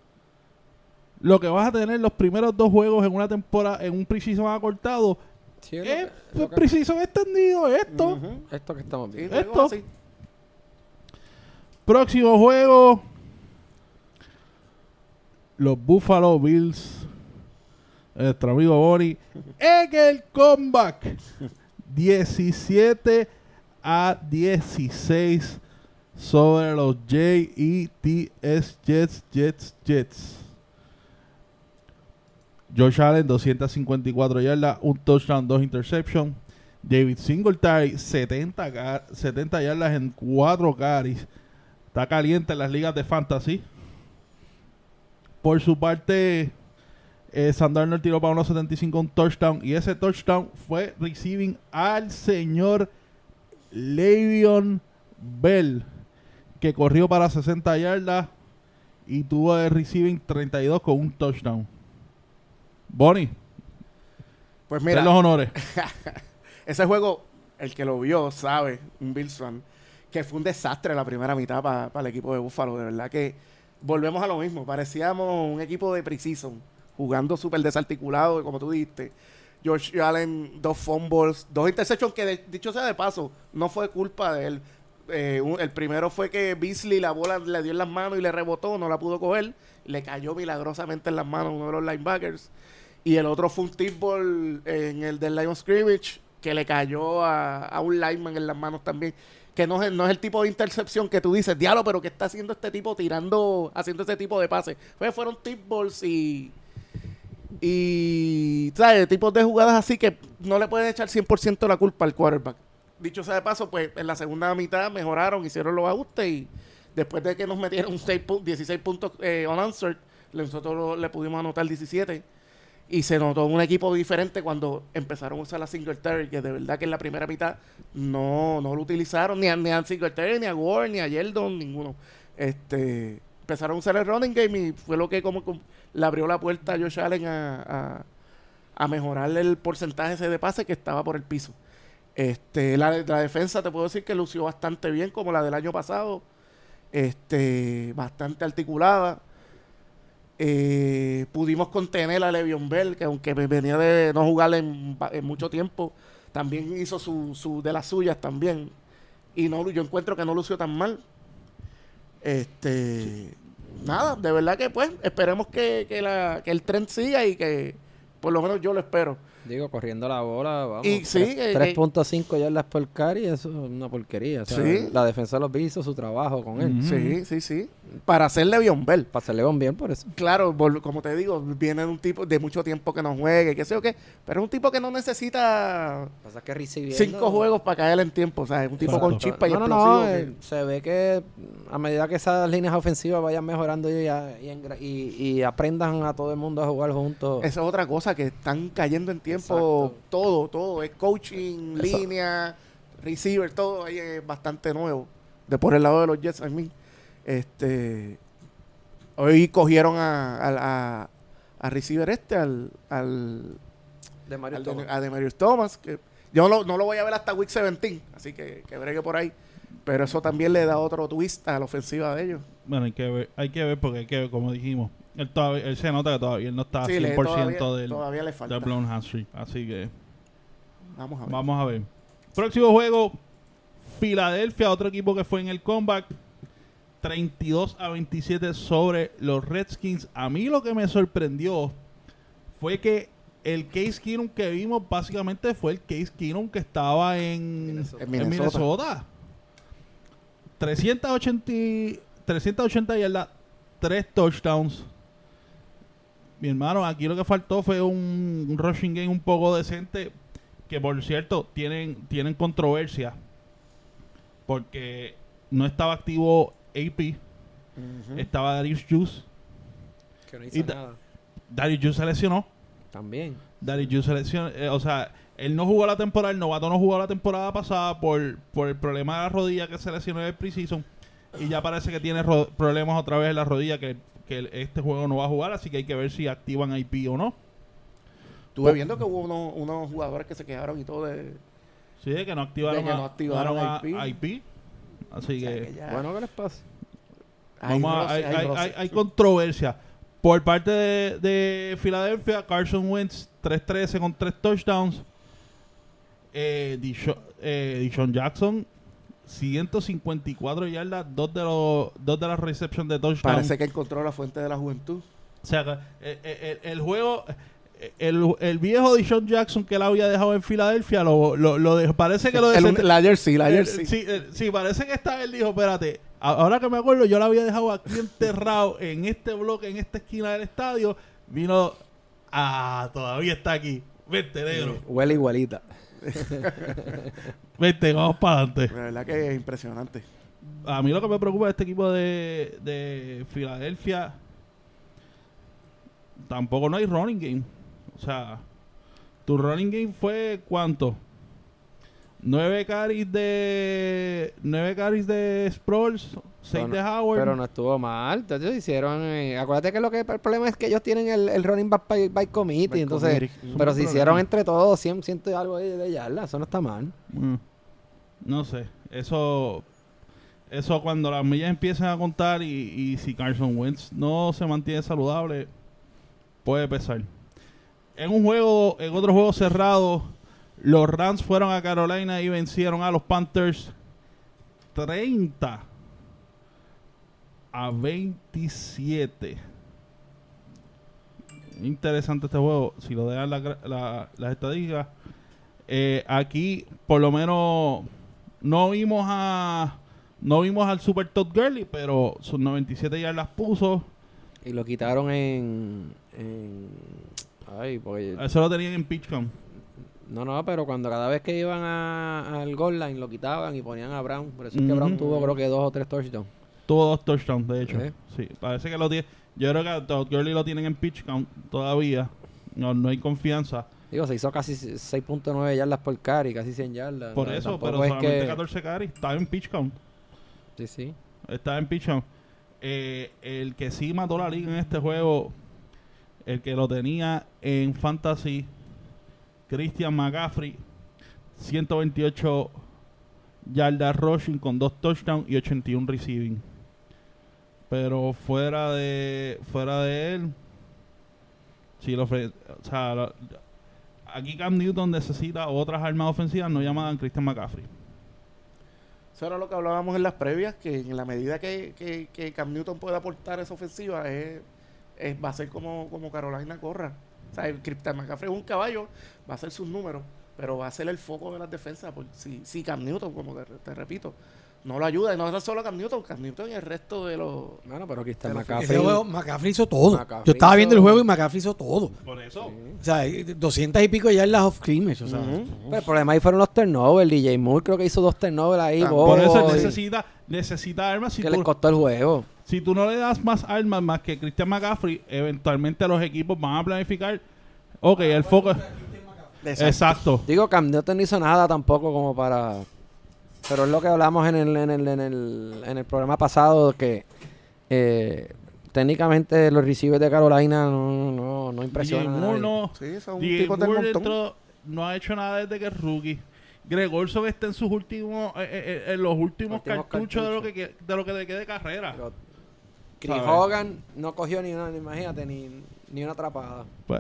Lo que vas a tener los primeros dos juegos en una temporada, en un preseason acortado, sí, es es lo que- pues, lo que- preseason extendido, esto. Ujú. esto que estamos Sí, viendo. luego Esto. así. Próximo juego. Los Buffalo Bills. Nuestro amigo Bonnie. En el comeback. diecisiete a dieciséis sobre los J E T S Jets, Jets, Jets. Josh Allen, doscientas cincuenta y cuatro yardas, un touchdown, dos interceptions. David Singletary, setenta, ca- setenta yardas en cuatro carries. Está caliente en las ligas de fantasy. Por su parte, eh, Sam Darnold tiró para unos setenta y cinco, un touchdown. Y ese touchdown fue receiving al señor Le'Veon Bell, que corrió para sesenta yardas y tuvo de receiving treinta y dos con un touchdown. Bonnie, Pues mira, mira, los honores. ese juego, el que lo vio sabe, un Bills fan, que fue un desastre la primera mitad para el equipo de Buffalo. De verdad que volvemos a lo mismo. Parecíamos un equipo de preseason, jugando súper desarticulado, como tú dijiste. Josh Allen, dos fumbles, dos interceptions que, de- dicho sea de paso, no fue culpa de él. Eh, un- el primero fue que Beasley la bola le dio en las manos y le rebotó, no la pudo coger. Le cayó milagrosamente en las manos uno de los linebackers. Y el otro fue un tip ball en el del Lions Scrimmage que le cayó a, a un lineman en las manos también. Que no es, no es el tipo de intercepción que tú dices, diablo, pero ¿qué está haciendo este tipo tirando, haciendo este tipo de pases? Pues fueron tip balls y... Y, ¿sabes? Tipos de jugadas así que no le puedes echar cien por ciento la culpa al quarterback. Dicho sea de paso, pues en la segunda mitad mejoraron, hicieron los ajustes y después de que nos metieron seis pu- dieciséis puntos eh, unanswered, nosotros lo- le pudimos anotar diecisiete. Y se notó un equipo diferente cuando empezaron a usar la Singletary, que de verdad que en la primera mitad no, no lo utilizaron, ni a, ni a Singletary, ni a Ward, ni a Yeldon, ninguno. Este, empezaron a usar el running game y fue lo que como, como le abrió la puerta a Josh Allen a, a, a mejorar el porcentaje ese de pase que estaba por el piso. Este, la, la defensa te puedo decir que lució bastante bien, como la del año pasado, este, bastante articulada. Eh, pudimos contener a Le'Veon Bell, que aunque venía de no jugar en, en mucho tiempo, también hizo su, su de las suyas también. Y no, yo encuentro que no lució tan mal. Este, nada, de verdad que pues esperemos que, que, la, que el tren siga y que por lo menos yo lo espero. Digo, corriendo la bola, vamos. Y sí, que- tres punto cinco yardas por carry, eso es una porquería. O sea, Sí. La defensa de los Bills hizo su trabajo con él. Ujú. Sí, sí, sí. Para hacerle Le'Veon Bell. Para hacerle con bien por eso. Claro, vol- como te digo, viene de un tipo de mucho tiempo que no juegue, qué sé yo qué, pero es un tipo que no necesita Pasa que recibiendo... cinco juegos para caer en tiempo, o sea, es un tipo Exacto. con chispa y no, no, explosivo. no, que- eh, se ve que a medida que esas líneas ofensivas vayan mejorando y, a- y, engra- y- y aprendan a todo el mundo a jugar juntos. Esa es otra cosa, que están cayendo en tiempo. Exacto. Todo, todo, es coaching, Eso. línea, receiver, todo ahí es bastante nuevo. De por el lado de los Jets, I mean. Este, hoy cogieron a, a, a, a receiver este, al, al de Mario al Thomas. de, a Demaryius Thomas, que yo no lo, no lo voy a ver hasta week diecisiete, así que, que bregue por ahí. Pero eso también le da otro twist a la ofensiva de ellos. Bueno, hay que ver, hay que ver porque hay que ver, como dijimos, él, todavía, él se nota que todavía él no está a Sí, cien le- por todavía, ciento del, todavía le falta. del blown hamstring. Así que Vamos a ver. vamos a ver. Próximo juego, Filadelfia, otro equipo que fue en el comeback, treinta y dos a veintisiete sobre los Redskins. A mí lo que me sorprendió fue que el Case Keenum que vimos básicamente fue el Case Keenum que estaba en Minnesota. En en Minnesota. Minnesota. trescientos ochenta, y- trescientos ochenta yardas, tres touchdowns. Mi hermano, aquí lo que faltó fue un, un rushing game un poco decente. Que por cierto, tienen, tienen controversia. Porque no estaba activo A P. Ujú. Estaba Darius Juice. Que no y hizo ta- nada. Darius Juice se lesionó. También. Darius Juice se lesionó. eh, o sea, él no jugó la temporada. El novato no jugó la temporada pasada por, por el problema de la rodilla que se lesionó en el preseason. Y ya parece que tiene ro- problemas otra vez en la rodilla. Que, que el- este juego no va a jugar. Así que hay que ver si activan A P o no. Estuve viendo que hubo unos, unos jugadores que se quejaron y todo de... Sí, de que no activaron, De que a, no activaron a, a I P. a I P. Así o sea, que, que ya- Bueno, ¿qué les pasa? hay vamos a- roce, hay, hay hay, roce. hay- hay controversia. Por parte de, de Filadelfia, Carson Wentz tres trece con tres touchdowns. Eh, Deshaun, eh, Deshaun Jackson ciento cincuenta y cuatro yardas, dos de los dos de las receptions de touchdown. Parece que encontró la fuente de la juventud. O sea, que, eh, eh, el, el juego, eh, el, el viejo Deshaun Jackson que él había dejado en Filadelfia, lo, lo, lo dejó- parece que lo El- desent- la jersey, la eh, jersey. sí, eh, sí, parece que esta él dijo, espérate, a- ahora que me acuerdo, yo la había dejado aquí enterrado en este bloque, en esta esquina del estadio. Vino, ah, todavía está aquí. Vente, negro. Huele igualita. Vente, vamos para adelante. La verdad que es impresionante. A mí lo que me preocupa de este equipo de, de Filadelfia, tampoco no hay running game. O sea, tu running game fue ¿cuánto? Nueve carries de nueve carries de Sproles, seis Pero de no- Howard. Pero no estuvo mal. Entonces hicieron... eh, acuérdate que lo que el problema es que ellos tienen el, el running back by, by committee. By entonces, committee. Es un pero si problema. hicieron entre todos cien, cien y algo de, de yardas, eso no está mal. Mm. No sé, eso eso cuando las millas empiezan a contar y, y si Carson Wentz no se mantiene saludable, puede pesar. En un juego, en otro juego cerrado, los Rams fueron a Carolina y vencieron a los Panthers treinta a veintisiete. Interesante este juego, si lo dejan la, la- las estadísticas. Eh, aquí, por lo menos, no vimos a no vimos al Super Todd Gurley, pero sus noventa y siete yardas puso. Y lo quitaron en... en ay, porque... Eso lo tenían en pitch count. No, no, pero cuando cada vez que iban a- al goal line lo quitaban y ponían a Brown. Por eso es que Brown Ujú. tuvo creo que dos o tres touchdowns. Tuvo dos touchdowns, de hecho. ¿Eh? Sí, parece que lo tiene. Yo creo que a Todd Gurley lo tienen en pitch count todavía. No, no hay confianza. Digo, se hizo casi seis punto nueve yardas por carry, casi cien yardas. Por No, eso, tampoco pero es solamente que- catorce carries. Estaba en pitch count. Sí, sí. Estaba en pitch count. Eh, el que sí mató la liga en este juego, el que lo tenía en fantasy, Christian McCaffrey, ciento veintiocho yardas rushing con dos touchdowns y ochenta y uno receiving. Pero fuera de fuera de él, sí lo ofre- o sea, lo- aquí Cam Newton necesita otras armas ofensivas no llamadas Christian McCaffrey. Eso era lo que hablábamos en las previas, que en la medida que, que, que Cam Newton pueda aportar esa ofensiva, es, es- va a ser como, como Carolina corra. O sea, el Christian McCaffrey es un caballo, va a ser sus números, pero va a ser el foco de las defensas. Porque si, si Cam Newton, como te, te repito, no lo ayuda, y no es solo Cam Newton, Cam Newton y el resto de los... Bueno, pero aquí está Pero McCaffrey. Ese juego, McCaffrey hizo todo. McCaffrey Yo estaba viendo el hizo- juego y McCaffrey hizo todo. Por eso. O sea, doscientas y pico yardas off scrimmage. O sea, Ujú. Pero el problema ahí fueron los turnovers. D J Moore creo que hizo dos turnovers ahí. Ah, bobos, Por eso y- necesita, necesita armas. Si que tú, les costó el juego. si tú no le das más armas más que Christian McCaffrey, eventualmente los equipos van a planificar. Ok, el foco es... Exacto. Exacto. Digo, Cam Newton no hizo nada tampoco como para... Pero es lo que hablamos en el, en el, en el, en el programa pasado, que eh, técnicamente los receivers de Carolina no, no, no D J impresionan. a Moore nadie. no, Sí, son D J tipos del Moore montón. dentro no ha hecho nada desde que es rookie. Greg Olson está en sus últimos, eh, eh, eh, en los últimos, Últimos cartuchos, de lo que cartuchos. que- de lo que le quede de carrera. Pero Chris ¿Sabes? Hogan no cogió ni una, imagínate, ni, ni una atrapada. Pues,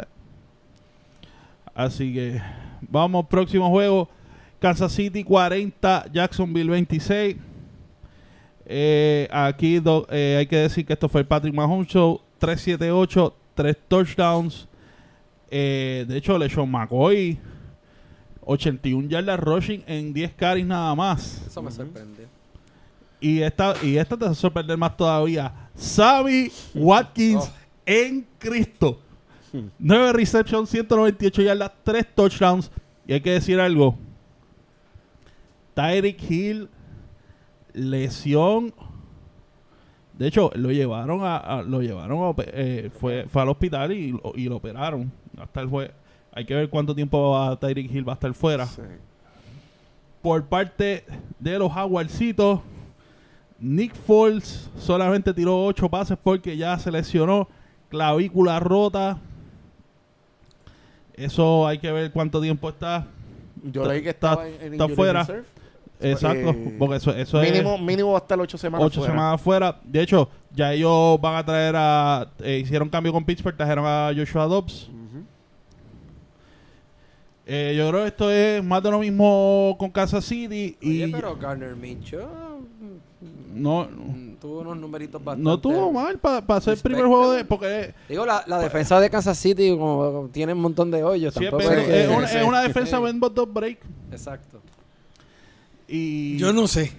así que vamos, próximo juego. Kansas City cuarenta, Jacksonville veintiséis. Eh, aquí do- eh, hay que decir que esto fue el Patrick Mahomes Show. tres siete ocho, tres touchdowns. Eh, de hecho, LeSean McCoy, ochenta y uno yardas rushing en diez carries nada más. Eso me Ujú. sorprende. Y esta, y esta te va a sorprender más todavía. Sammy Watkins Oh. en Cristo. nueve receptions, ciento noventa y ocho yardas, tres touchdowns. Y hay que decir algo. Tyreek Hill, lesión. De hecho, lo llevaron a, a- lo llevaron a, ope- eh, fue, fue al hospital y, lo- y lo operaron. Hasta el jue- Hay que ver cuánto tiempo va Tyreek Hill va a estar fuera. Sí. Por parte de los Jaguarcitos, Nick Foles solamente tiró ocho pases porque ya se lesionó, clavícula rota. Eso hay que ver cuánto tiempo está. Yo Está- leí que está- estaba en, en está Injury fuera. Reserve. Exacto, Eh, porque eso, eso mínimo, es mínimo va a estar ocho semanas ocho fuera. semanas fuera. De hecho, ya ellos van a traer a... eh, hicieron cambio con Pittsburgh, trajeron a Joshua Dobbs. Ujú. Eh, yo creo que esto es más de lo mismo con Kansas City. Y Oye, pero Garner Minshew no, mm, tuvo unos numeritos bastante... no tuvo mal para ser el primer Respecto. juego de... Porque Digo, la, la defensa de Kansas City como tiene un montón de hoyos. sí, es, Tampoco pero es que- es una, sí. es una defensa Sí. bend but don't break. Exacto. Y yo no sé.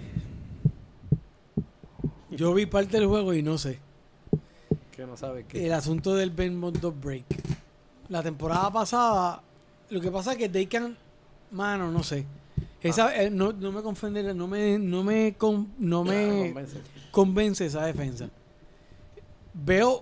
Yo vi parte del juego y no sé. Que no sabe qué. El asunto del Ben Bond Break. La temporada pasada, lo que pasa es que they can, mano, no sé. Esa, eh, no, no me confunde, no me, no me, con- no me convence. convence esa defensa. Veo,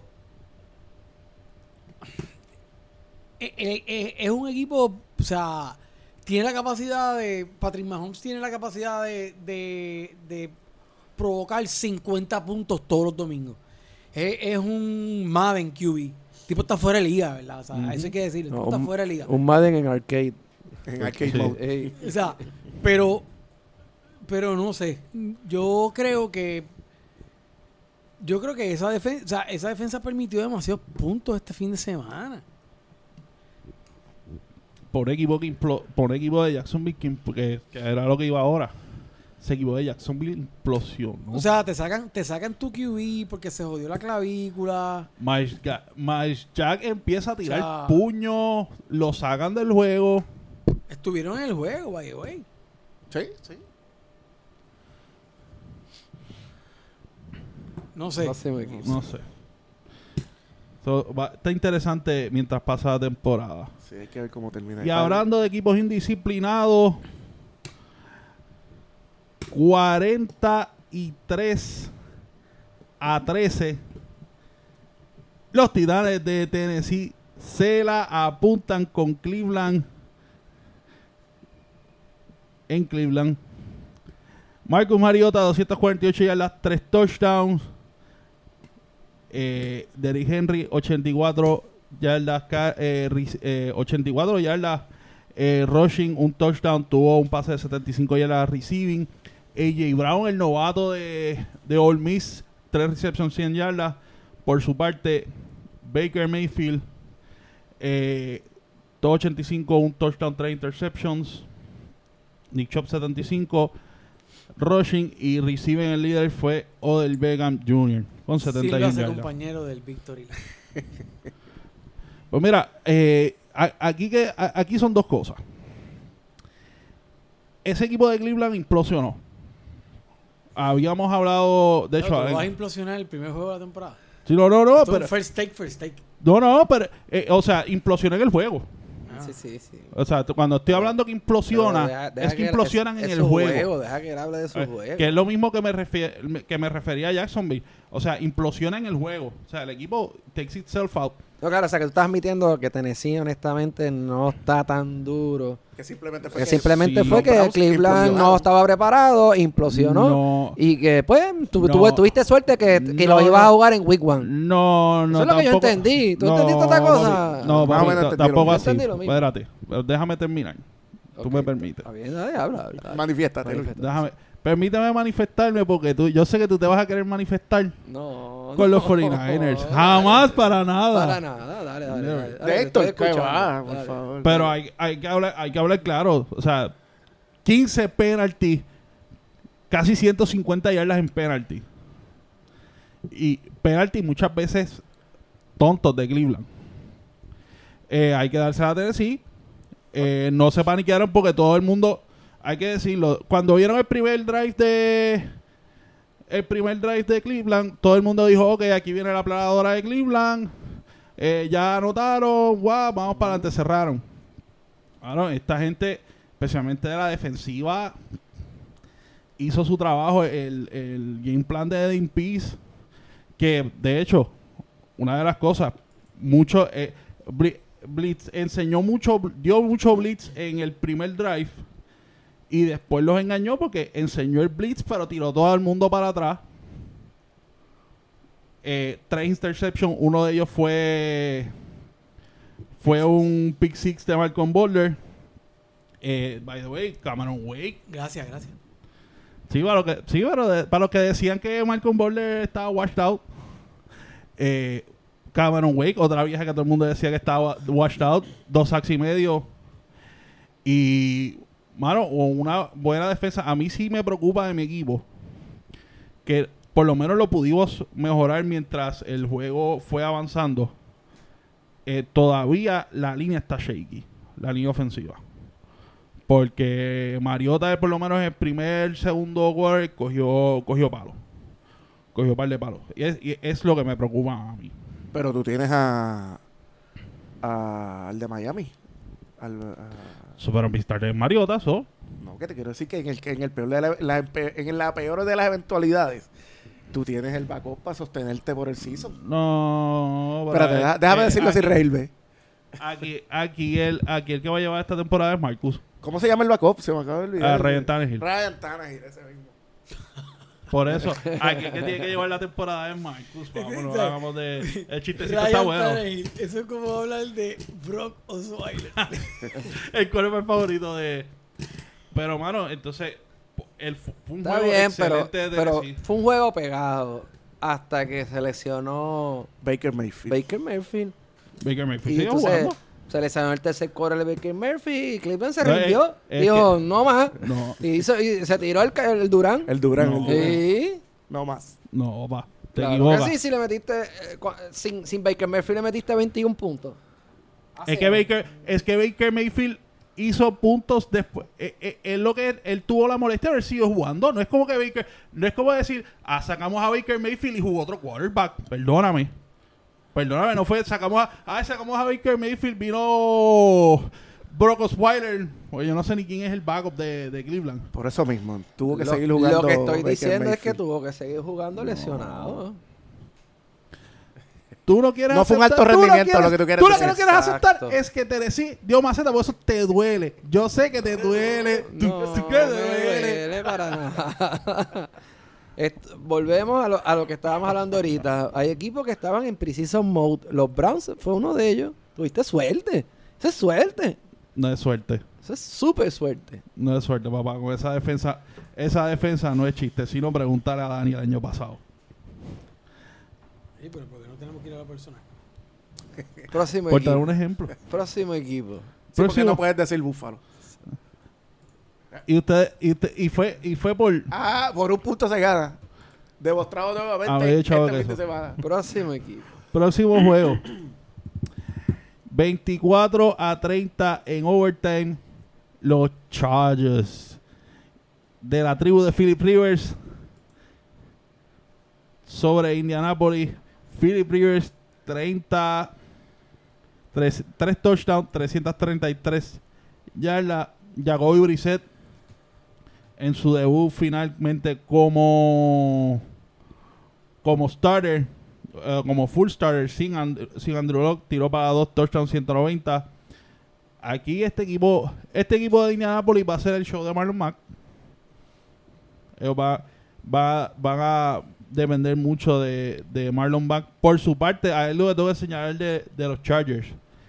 eh, eh, eh, es un equipo, o sea, tiene la capacidad de, Patrick Mahomes tiene la capacidad de, de, de provocar cincuenta puntos todos los domingos. Es, es un Madden Q B. El tipo está fuera de liga, ¿verdad? O sea, Ujú. eso hay que decirlo. El No, tipo está un- fuera de liga. Un Madden en arcade. En arcade Sí. mode. Ey, O sea, pero, pero no sé. Yo creo que, yo creo que esa defensa, o sea, esa defensa permitió demasiados puntos este fin de semana. por equipo que implo- por equipo de Jacksonville que, imp- que, que era lo que iba ahora. Ese equipo de Jacksonville implosionó. O sea, te sacan, te sacan tu Q B porque se jodió la clavícula. Miles, Ga- Miles Jack empieza a tirar O sea- puños, lo sacan del juego. Estuvieron en el juego, by the way. Sí, sí. No sé. próximo equipo. No sé. So, va- está interesante mientras pasa la temporada. Sí, hay que ver cómo termina. Y hablando de equipos indisciplinados, cuarenta y tres a trece. Los Titanes de Tennessee se la apuntan con Cleveland en Cleveland. Marcus Mariota, doscientas cuarenta y ocho yardas, tres touchdowns. Eh, Derrick Henry, ochenta y cuatro yardas, eh, eh, ochenta y cuatro yardas eh, rushing, un touchdown, tuvo un pase de setenta y cinco yardas receiving. A J Brown, el novato de, de Ole Miss, tres receptions, cien yardas. Por su parte, Baker Mayfield, eh, doscientos ochenta y cinco, un touchdown, tres interceptions. Nick Chubb, setenta y cinco. Rushing y reciben el líder fue Odell Beckham junior con setenta y uno yardas. Compañero del Victory. Pues mira, eh, a, aquí, que, a, aquí son dos cosas. Ese equipo de Cleveland implosionó. Habíamos hablado, de no, hecho... ¿Tú en, vas a implosionar el primer juego de la temporada? Sí, no, no, no. Esto Pero, first take, first take. No, no, pero... Eh, o sea, implosionó en el juego. Ah. Sí, sí, sí. O sea, tú- cuando estoy hablando que implosiona, Pero deja- deja es que él- implosionan es- en es el su juego. Deja que él hable de su Eh, juego. que es lo mismo que me, refier- que me refería a Jacksonville. O sea, implosiona en el juego. O sea, el equipo takes itself out. No, claro, o sea, que tú estás admitiendo que Tennessee, honestamente, no está tan duro. Que simplemente fue Que que simplemente sí, fue los que Browns Cleveland no implosionaron. estaba preparado, implosionó. No. Y que, pues, tú, No. tú- tuviste suerte que, que No, lo ibas no. a jugar en Week One. No, no. Eso es lo que yo tampoco- entendí. ¿Tú no, entendiste otra cosa? papi, no, Más o papi, menos t- entendí lo tampoco mismo. así. Entendí lo mismo. Espérate, pero déjame terminar. Tú Ok. me permites. Está bien, dale, habla, habla. dale. Manifiéstate. Manifiéstate. Déjame, permíteme manifestarme porque tú, yo sé que tú te vas a querer manifestar No, con los no, cuarenta y ers. dale. Jamás para nada. Para nada, dale, dale. dale, dale, De te Héctor, estoy ¿qué escuchando, va? Por dale. favor. Pero hay, hay, que hablar, hay que hablar claro. O sea, quince penalty, casi ciento cincuenta yardas en penalty. Y penalty muchas veces tontos de Cleveland. Eh, hay que dársela a Tennessee. Eh, no se paniquearon porque todo el mundo, hay que decirlo, cuando vieron el primer drive de el primer drive de Cleveland, todo el mundo dijo, ok, aquí viene la planadora de Cleveland, eh, ya anotaron, guau, vamos para adelante, cerraron. Claro, esta gente, especialmente de la defensiva, hizo su trabajo, el, el game plan de Eddie Peace, que de hecho, una de las cosas, mucho... Eh, Bli- Blitz enseñó mucho, dio mucho blitz en el primer drive y después los engañó porque enseñó el blitz pero tiró todo el mundo para atrás. Eh, tres interceptions, uno de ellos fue fue un pick six de Malcolm Butler. Eh, by the way, Cameron Wake. Gracias, gracias. Sí, para los que, sí, pero de- para los que decían que Malcolm Butler estaba washed out. Eh, Cameron Wake, otra vieja que todo el mundo decía que estaba washed out, dos sacks y medio. Y, mano, una buena defensa. A mí sí me preocupa de mi equipo que por lo menos lo pudimos mejorar mientras el juego fue avanzando. Eh, todavía la línea está shaky, la línea ofensiva. Porque Mariota, por lo menos en el primer, segundo quarter, cogió, cogió palo. Cogió un par de palos. Y es, y es lo que me preocupa a mí. Pero tú tienes a, a al de Miami. Al, a- Super visitar Mariota, ¿so? no, que te quiero decir que en el, que en el peor de la, la- en la peor de las eventualidades, tú tienes el backup para sostenerte por el season. No. pero Espérate, es- deja- déjame eh, decirlo aquí, sin reírme. Aquí, aquí, el, aquí el que va a llevar esta temporada es Marcus. ¿Cómo se llama el backup? Se me acaba de olvidar. A Ryan Tannehill. Ryan Tannehill, ese mismo. Por eso, aquí el que tiene que llevar la temporada es Marcus. Vámonos, hagamos de... El chistecito está Ryan bueno. Tannehill, eso es como hablar de Brock Osweiler. El quarterback favorito de... Pero, mano, entonces... El, fue un Está juego bien, pero, excelente de pero Tennessee. fue un juego pegado hasta que se lesionó Baker Mayfield. Baker Mayfield. Baker Mayfield Y sigue entonces jugando. se lesionó el tercer quarter de Baker Murphy y Cleveland se No, es- rindió. es Dijo, que- no más. No, Y, hizo, y se tiró el, ca- el Durán. El Durán. No. el Durán. Sí. No más. no, va. Te Claro equivocas. que sí, si le metiste, eh, cua- sin, sin Baker Murphy le metiste veintiún puntos. Es que Baker, es que Baker Mayfield hizo puntos después. Eh, eh, es lo que él, él tuvo la molestia de haber sido jugando. No es como que Baker, no es como decir, ah, sacamos a Baker Mayfield y jugó otro quarterback. Perdóname. Perdóname, no fue, sacamos a, ah, sacamos a Baker Mayfield, vino Brock Osweiler. Oye, yo no sé ni quién es el backup de, de Cleveland. Por eso mismo. Tuvo que lo, seguir jugando. Lo que estoy Baker diciendo es que Mayfield. tuvo que seguir jugando lesionado. Tú no quieres No fue un aceptar- alto tú no rendimiento quieres- lo que tú quieres Tú lo que decir. no quieres aceptar Exacto. es que Tennessee dio maceta, por eso te duele. Yo sé que te duele. Tú- No, sí no que te me duele. duele para nada. Est- volvemos a lo, a lo que estábamos hablando ahorita. Hay equipos que estaban en precision mode. Los Browns fue uno de ellos. Tuviste suerte. Eso es suerte. No es suerte. Eso es súper suerte. No es suerte, papá. Con esa defensa, esa defensa no es chiste. Sino preguntarle a Dani el año pasado. Sí, pero ¿por qué no tenemos que ir a la persona? Próximo Por dar equipo. un ejemplo. Próximo equipo. Sí, porque Próximo. no puedes decir Búfalo. Y usted, y usted, y fue, y fue por. Ah, por un punto se gana. Demostrado nuevamente Haber echado este de fin de eso. semana. Próximo equipo. Próximo juego. veinticuatro a treinta en overtime. Los Chargers de la tribu de Philip Rivers sobre Indianapolis. Philip Rivers treinta, tres, tres touchdowns, trescientos treinta y tres yardas. Jacoby Brissett en su debut finalmente como como starter, uh, como full starter sin, And sin Andrew Luck, tiró para dos touchdowns, ciento noventa. Aquí este equipo, este equipo de Indianapolis va a ser el show de Marlon Mack. Ellos va, va, van a depender mucho de, de Marlon Mack. Por su parte, a él lo que tengo que señalar de, de los Chargers.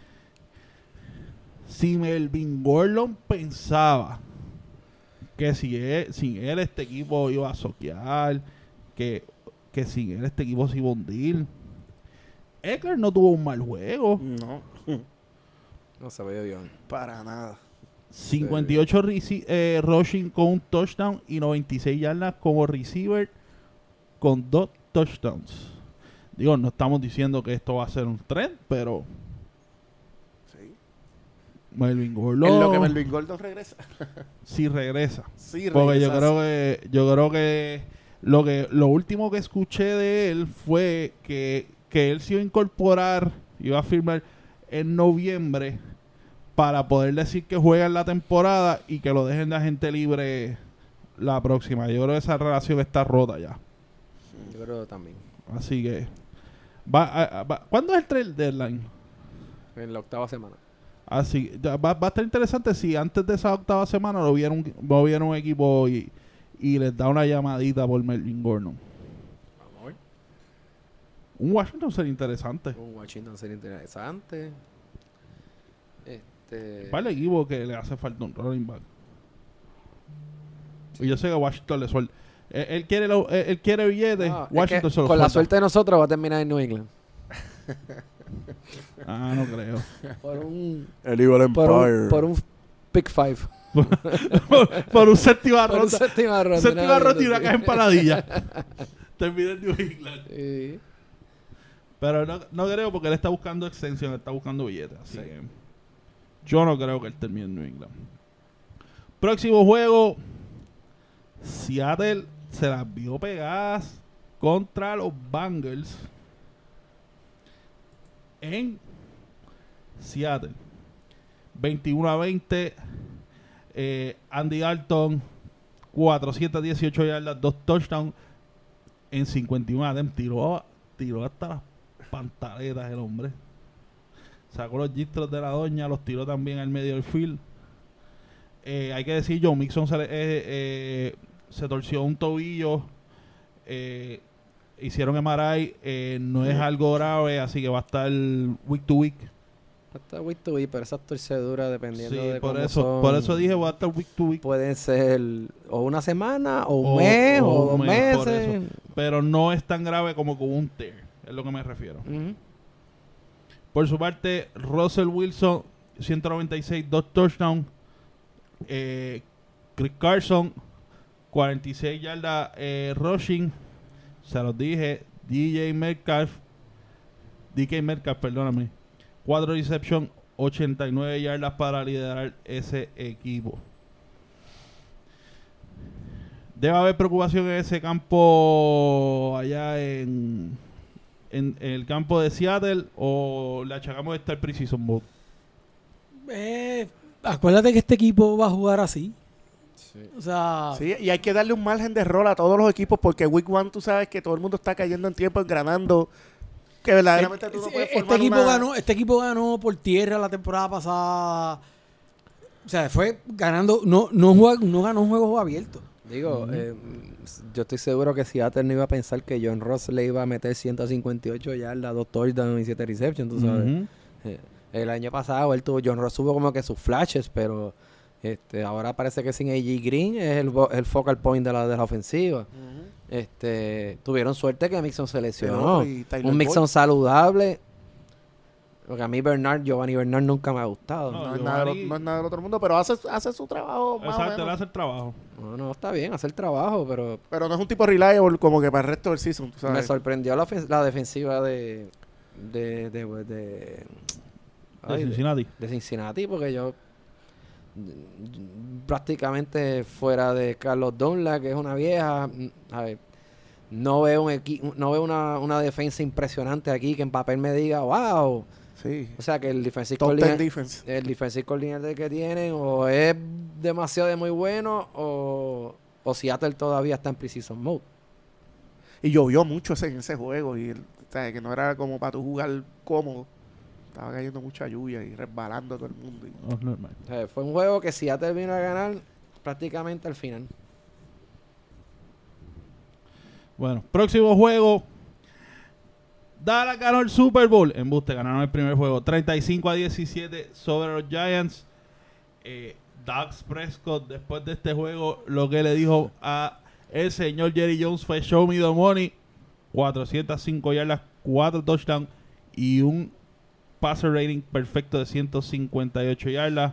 Si Melvin Gordon pensaba que si él, sin él este equipo iba a soquear, que, que sin él este equipo se iba a hundir. Eckler no tuvo un mal juego. No, No se ve bien. para nada. cincuenta y ocho reci- eh, rushing con un touchdown y noventa y seis yardas como receiver con dos touchdowns. Digo, no estamos diciendo que esto va a ser un trend, pero Sí. Melvin Gordon En lo que Melvin Gordon regresa. sí regresa. Sí, Porque yo regresa. creo que yo creo que lo que lo último que escuché de él fue que, que él se iba a incorporar, iba a firmar en noviembre para poder decir que juega en la temporada y que lo dejen de agente libre la próxima. Yo creo que esa relación está rota ya. Yo creo también. Así que va, a- a- va- ¿cuándo es el trade deadline? En la octava semana. Así ya va, va a estar interesante si antes de esa octava semana lo vieron lo vieron un equipo y, y les da una llamadita por Melvin Gordon. Vamos a ver. Un Washington sería interesante. Un Washington sería interesante. Este. Para el equipo que le hace falta un running back. Y yo sé que Washington le suelta. Él, él quiere lo- él, él quiere billetes. No, es Washington que se lo con la suelta. suerte de nosotros va a terminar en New England. Ah, no creo. Por un. El Evil Por un, por un Pick Five. Por un séptima Por un ronda. séptima ronda. Séptima una ronda y una sí. caja empanadilla. Termina en New England. Sí. Pero no, no creo porque él está buscando extensión, él está buscando billetes. Así que yo no creo que él termine en New England. Próximo juego. Seattle se las vio pegadas contra los Bengals en Seattle. veintiuno a veinte. Eh, Andy Dalton, cuatrocientos dieciocho yardas, dos touchdowns en cincuenta y uno attempts. Tiró, tiró hasta las pantaletas el hombre. Sacó los gistros de la doña, los tiró también al medio del field. Eh, hay que decir, Joe Mixon se, le- eh, eh, se torció un tobillo. Eh, hicieron M R I. Eh, no es algo grave, así que va a estar week to week. Hasta week to week, pero esas torceduras, dependiendo Sí, de por cómo eso, son, por eso dije va a estar week to week. pueden ser o una semana, o un O- mes, o o, un dos mes, por meses. Pero no es tan grave como con un tear. Es lo que me refiero. Ujú. Por su parte, Russell Wilson, ciento noventa y seis, dos touchdowns. Eh, Chris Carson, cuarenta y seis yardas eh, rushing. Se los dije. D J Metcalf, D K Metcalf, perdóname. cuatro reception, ochenta y nueve yardas para liderar ese equipo. Debe haber preocupación en ese campo allá en, en, en el campo de Seattle, o le achacamos esta el precision mode. Eh, acuérdate que este equipo va a jugar así. O sea, Sí, y hay que darle un margen de rol a todos los equipos porque Week One tú sabes que todo el mundo está cayendo en tiempo, engranando. que verdaderamente tú no puedes este formar equipo una- ganó, este equipo ganó por tierra la temporada pasada. O sea, fue ganando, no, no, juega- no ganó un juego abierto. Digo, eh, yo estoy seguro que Seattle no iba a pensar que John Ross le iba a meter ciento cincuenta y ocho yardas, dos touchdowns y siete receptions, tú sabes. Ujú. Eh, el año pasado él tuvo, John Ross tuvo como que sus flashes, pero este ahora parece que sin A J Green es el, vo- el focal point de la, de la ofensiva. Ujú. Este tuvieron suerte que Mixon se lesionó. Pero, y Tyler Un Mixon Boyd. saludable. Porque a mí Bernard, Giovanni Bernard nunca me ha gustado. No, No, es nada, del- Giovanni- no es nada del otro mundo, pero hace, hace su trabajo más o Exacto, él menos. hace el trabajo. No, no, está bien, hacer trabajo, pero Pero no es un tipo reliable como que para el resto del season, tú me sabes. sorprendió la, ofen- la defensiva de de de, de, de- De ay, de- Cincinnati. de Cincinnati, porque yo mm, prácticamente fuera de Carlos Dunlap, que es una vieja, mm, a ver, no veo un equi no veo una, una defensa impresionante aquí que en papel me diga, wow. Sí. O sea, que el defensive Top ten coordinator, defense. el defensive coordinator que tienen o es demasiado de muy bueno o, o Seattle todavía está en precision mode. Y llovió mucho ese, en ese juego. Y el- o sea, que no era como para tú jugar cómodo. Estaba cayendo mucha lluvia y resbalando todo el mundo. y- Oh, normal. O sea, fue un juego que Seattle vino a ganar prácticamente al final. Bueno, próximo juego. Dallas ganó el Super Bowl. En Buste ganaron el primer juego treinta y cinco a diecisiete sobre los Giants. Eh, Dax Prescott, después de este juego, lo que le dijo a el señor Jerry Jones fue show me the money. cuatrocientas cinco yardas, cuatro touchdowns y un passer rating perfecto de ciento cincuenta y ocho yardas.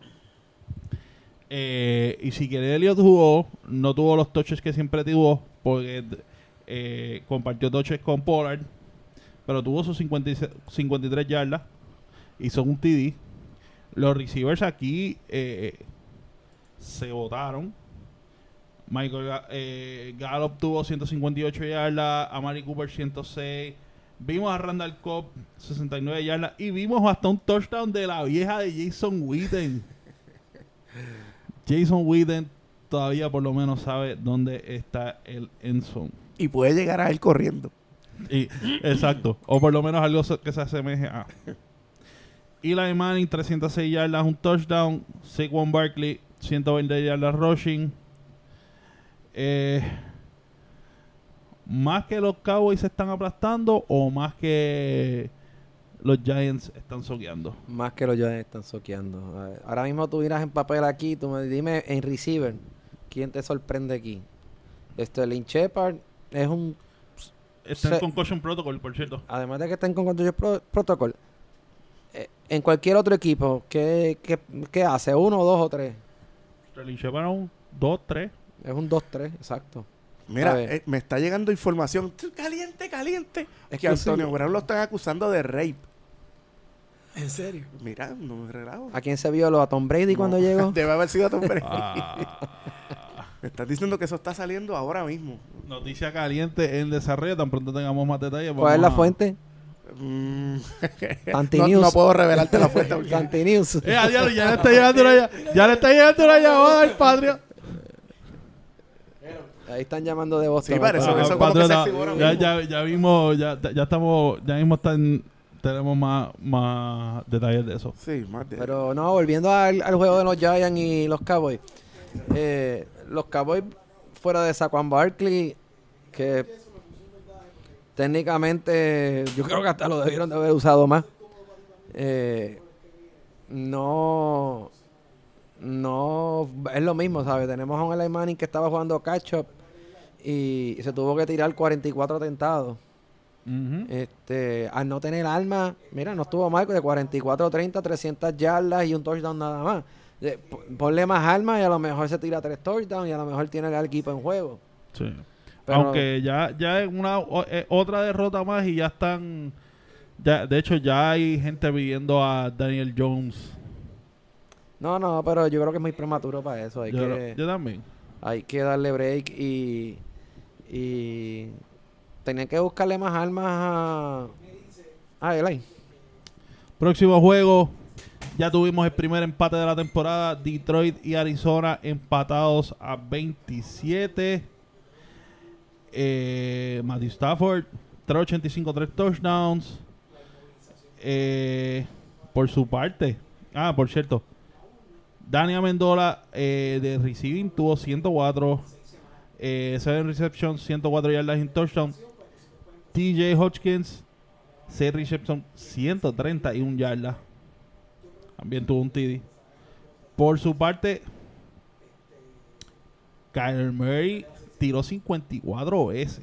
Eh, y si que Elliott jugó, no tuvo los touches que siempre tuvo, porque eh, compartió touches con Pollard, pero tuvo sus cincuenta y seis cincuenta y tres yardas, hizo un T D. Los receivers aquí eh, se botaron. Michael Ga- eh, Gallup tuvo ciento cincuenta y ocho yardas, Amari Cooper ciento seis. Vimos a Randall Cobb sesenta y nueve yardas y vimos hasta un touchdown de la vieja de Jason Witten. Jason Witten todavía por lo menos sabe dónde está el end zone. Y puede llegar a él corriendo. Y, exacto. O por lo menos algo se- que se asemeje a. Eli Manning, trescientas seis yardas, un touchdown. Saquon Barkley, ciento veinte yardas rushing. Eh, más que los Cowboys se están aplastando o más que los Giants están soqueando. Más que los Giants están soqueando. A ver, ahora mismo tú miras en papel aquí, tú me dime en receiver, ¿quién te sorprende aquí? Sterling Shepard es un, Está Se- en Concussion Protocol, por cierto. además de que está en Concussion Pro- Protocol, eh, en cualquier otro equipo, ¿qué, qué, qué hace? ¿Uno, dos o tres? Sterling Shepard un dos, tres. Es un dos tres, exacto. A Mira, ver. eh, me está llegando información. Caliente, caliente. Es que Exclusivo. Antonio Brown lo están acusando de rape. ¿En serio? Mira, no me relajo. ¿A quién se violó? ¿A Tom Brady cuando No, llegó? Debe haber sido Tom Brady. Ah, Me estás diciendo que eso está saliendo ahora mismo. noticia caliente en desarrollo. Tan pronto tengamos más detalles. ¿Cuál es la vamos a- fuente? Mm. Tanti no, News. no puedo revelarte la fuente. porque- Tanti News. Eh, adiós, ya le está llegando una ya, ya le está llegando una llamada al Patria. Ahí están llamando de Boston. Sí, parece Ah, eso Ah, como que se Patriota, activó ahora ya, mismo. ya, ya vimos, ya, ya estamos, ya mismo están, tenemos más, más detalles de eso. Sí, más de... Pero no, volviendo al, al juego de los Giants y los Cowboys. Eh, los Cowboys fuera de Saquon Barkley, que técnicamente yo creo que hasta lo debieron de haber usado más. Eh, no, no es lo mismo, ¿sabes? Tenemos a un Eli Manning que estaba jugando catch-up y se tuvo que tirar cuarenta y cuatro tentados. Ujú. Este, al no tener arma, mira, no estuvo mal de cuarenta y cuatro treinta, trescientas yardas y un touchdown nada más. Eh, po- ponle más armas y a lo mejor se tira tres touchdowns y a lo mejor tiene el equipo en juego. Sí. Pero- Aunque ya, ya es una o- eh, otra derrota más y ya están, ya, de hecho ya hay gente pidiendo a Daniel Jones. No, no, pero yo creo que es muy prematuro para eso. Hay, Yo, que, yo también. hay que darle break y, y tenían que buscarle más armas a, a Eli. Próximo juego. Ya tuvimos el primer empate de la temporada. Detroit y Arizona empatados a veintisiete. Eh, Matthew Stafford tres ochenta y cinco, tres touchdowns. Eh, por su parte, ah, por cierto, Dani Amendola eh, de receiving tuvo ciento cuatro, eh, seis receptions, ciento cuatro yardas en touchdown. T J Hodgkins, seis receptions, ciento treinta y una yardas. También tuvo un T D. Por su parte, Kyler Murray tiró cincuenta y cuatro veces.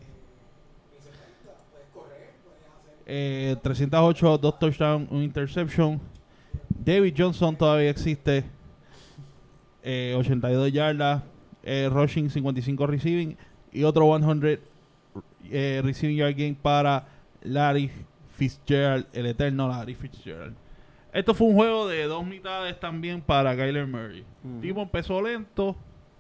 Eh, trescientos ocho, dos touchdowns, un interception. David Johnson todavía existe. Eh, ochenta y dos yardas. Eh, rushing, cincuenta y cinco receiving. Y otro cien eh, receiving yard game para Larry Fitzgerald, el eterno Larry Fitzgerald. Esto fue un juego de dos mitades también para Kyler Murray. Mm. Tipo empezó lento,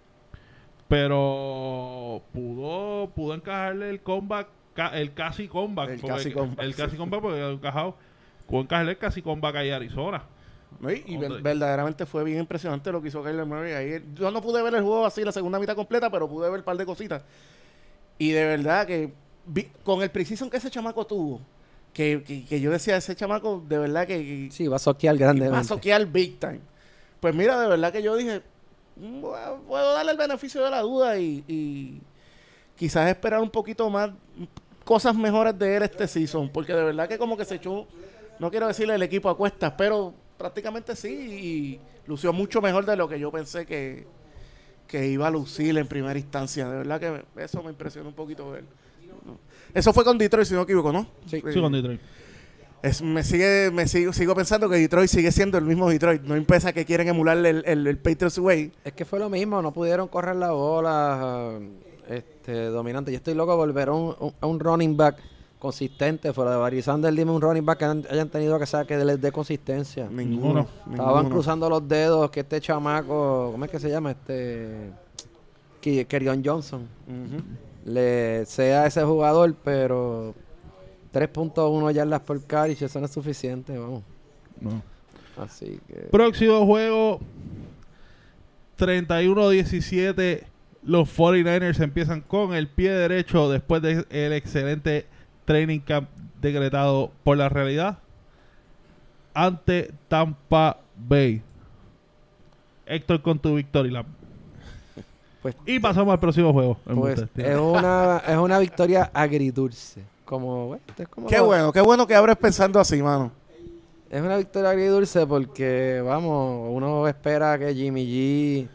pero pudo pudo encajarle el comeback, ca, el casi comeback. El casi comeback. El casi comeback porque ha encajado. Pudo encajarle el casi comeback ahí a Arizona. ¿No? Y, y ver, verdaderamente fue bien impresionante lo que hizo Kyler Murray ahí. Yo no pude ver el juego así la segunda mitad completa, pero pude ver un par de cositas. Y de verdad que vi, con el precision que ese chamaco tuvo, que, que, que yo decía, ese chamaco de verdad que... que sí, va a soquear grandemente. Va a soquear big time. Pues mira, de verdad que yo dije, puedo darle el beneficio de la duda y, y quizás esperar un poquito más, cosas mejores de él este season, porque de verdad que como que se echó, no quiero decirle el equipo a cuestas, pero prácticamente sí, y lució mucho mejor de lo que yo pensé que, que iba a lucir en primera instancia. De verdad que eso me impresionó un poquito de él. Eso fue con Detroit, si no me equivoco, ¿no? Sí, sí, con Detroit. Es, me sigue, me sigo, sigo pensando que Detroit sigue siendo el mismo Detroit. No importa que quieren emularle el, el, el Patriots Way. Es que fue lo mismo, no pudieron correr la bola este, dominante. Yo estoy loco por volver a un, un, a un running back consistente. Fuera de Barry Sanders, dime un running back que hayan, hayan tenido que saber que les dé consistencia. Ninguno. Estaban ninguno. cruzando los dedos que este chamaco, ¿cómo es que se llama? Este Kerryon Johnson. Uh-huh. Le sea ese jugador, pero tres punto uno yardas por carry, eso no es suficiente, vamos. No. Así que... Próximo juego, treinta y uno a diecisiete. Los cuarenta y nueve ers empiezan con el pie derecho después del excelente training camp decretado por la realidad ante Tampa Bay. Héctor, con tu victoria lap. Pues, y pasamos al próximo juego. Pues es una, es una victoria agridulce. Como, bueno, es como qué lo, bueno, qué bueno que abres pensando así, mano. Es una victoria agridulce porque, vamos, uno espera que Jimmy G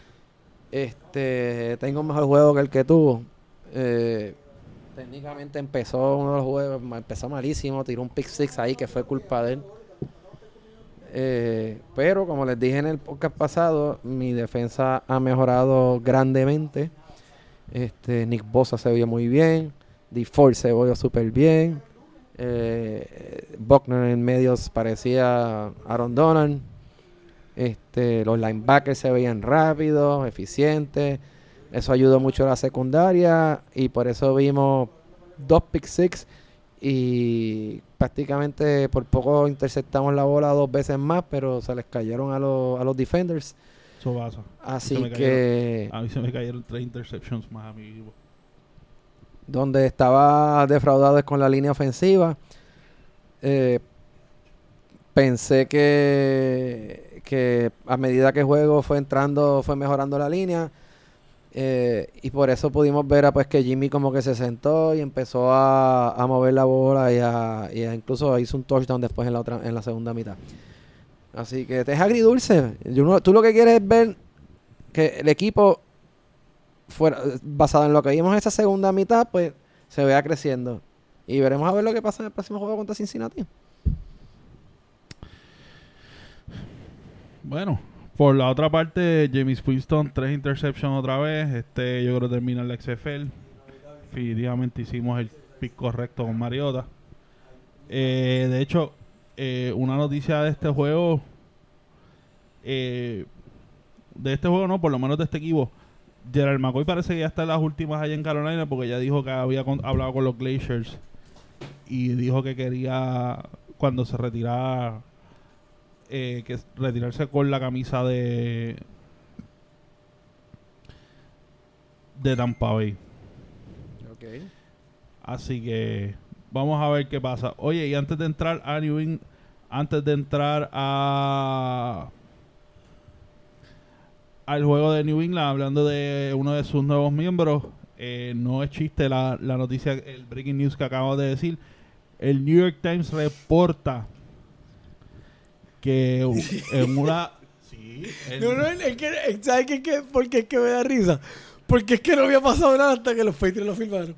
este, tenga un mejor juego que el que tuvo. Eh, técnicamente empezó uno de los juegos, empezó malísimo, tiró un pick six ahí que fue culpa de él. Eh, pero como les dije en el podcast pasado, mi defensa ha mejorado grandemente. Este, Nick Bosa se vio muy bien, D Ford se vio súper bien, eh, Buckner en medios parecía Aaron Donald. Este, los linebackers se veían rápidos, eficientes. Eso ayudó mucho a la secundaria y por eso vimos dos pick six y prácticamente por poco interceptamos la bola dos veces más, pero se les cayeron a los, a los defenders. Eso pasa. Así me que... Cayeron, a mí se me cayeron tres interceptions más a mi equipo. Donde estaba defraudado es con la línea ofensiva. Eh, pensé que, que a medida que el juego fue entrando, fue mejorando la línea. Eh, y por eso pudimos ver a, pues que Jimmy como que se sentó y empezó a, a mover la bola y, a, y a incluso hizo un touchdown después en la otra en la segunda mitad. Así que te es agridulce. Yo no, tú lo que quieres es ver que el equipo fuera basado en lo que vimos en esa segunda mitad, pues se vea creciendo. Y veremos a ver lo que pasa en el próximo juego contra Cincinnati. Bueno, por la otra parte, James Winston, tres interceptions otra vez. Este, yo creo que termina el X F L. Definitivamente hicimos el pick correcto con Mariota. Eh, de hecho, eh, una noticia de este juego, eh, de este juego no, por lo menos de este equipo, Gerald McCoy parece que ya está en las últimas allá en Carolina porque ya dijo que había con, hablado con los Glaciers y dijo que quería, cuando se retirara, Eh, que retirarse con la camisa de de Tampa Bay. Okay. Así que vamos a ver qué pasa. Oye, y antes de entrar a New England, antes de entrar a al juego de New England, hablando de uno de sus nuevos miembros, eh, no es chiste la, la noticia, el breaking news que acabo de decir. El New York Times reporta que en una... sí, el, No, no, es que, ¿sabes qué, qué? ¿Por qué es que me da risa? Porque es que no había pasado nada hasta que los Patriots lo firmaron.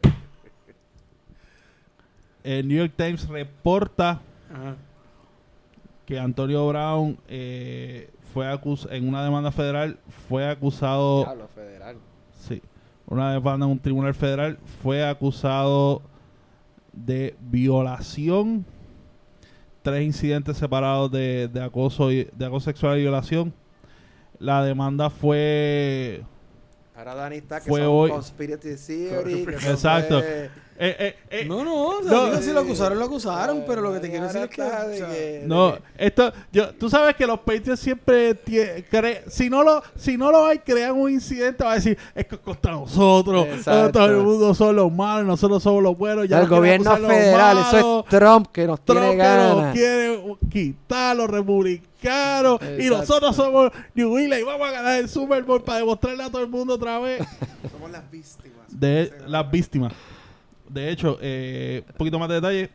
el New York Times reporta Ajá. que Antonio Brown eh, fue acusado en una demanda federal, fue acusado... Diablo, federal. Sí, una demanda en un tribunal federal, fue acusado de violación, tres incidentes separados de, de acoso y, de acoso sexual y violación. La demanda fue... Ahora Dani está que Fue son hoy. conspiracy theory. que eso Exacto. fue- Eh, eh, eh, No, no, o sea, No, digo, si lo eh, acusaron, lo acusaron, eh, pero lo que te quiero decir ahora es que... está o de sea, que- No, esto, yo, tú sabes que los Patriots siempre tie- cre- si no lo, si no lo hay, crean un incidente, va a decir, es que es contra nosotros, Exacto. todo el mundo son los malos, nosotros somos los buenos, ya el no quieren gobierno acusar a los federal, malos, eso es Trump que nos Trump tiene que nos ganas. quiere quitar, los republicanos, y Exacto. nosotros somos New England y vamos a ganar el Super Bowl para demostrarle a todo el mundo otra vez. Somos las víctimas. De las víctimas. De hecho, eh, un poquito más de detalle.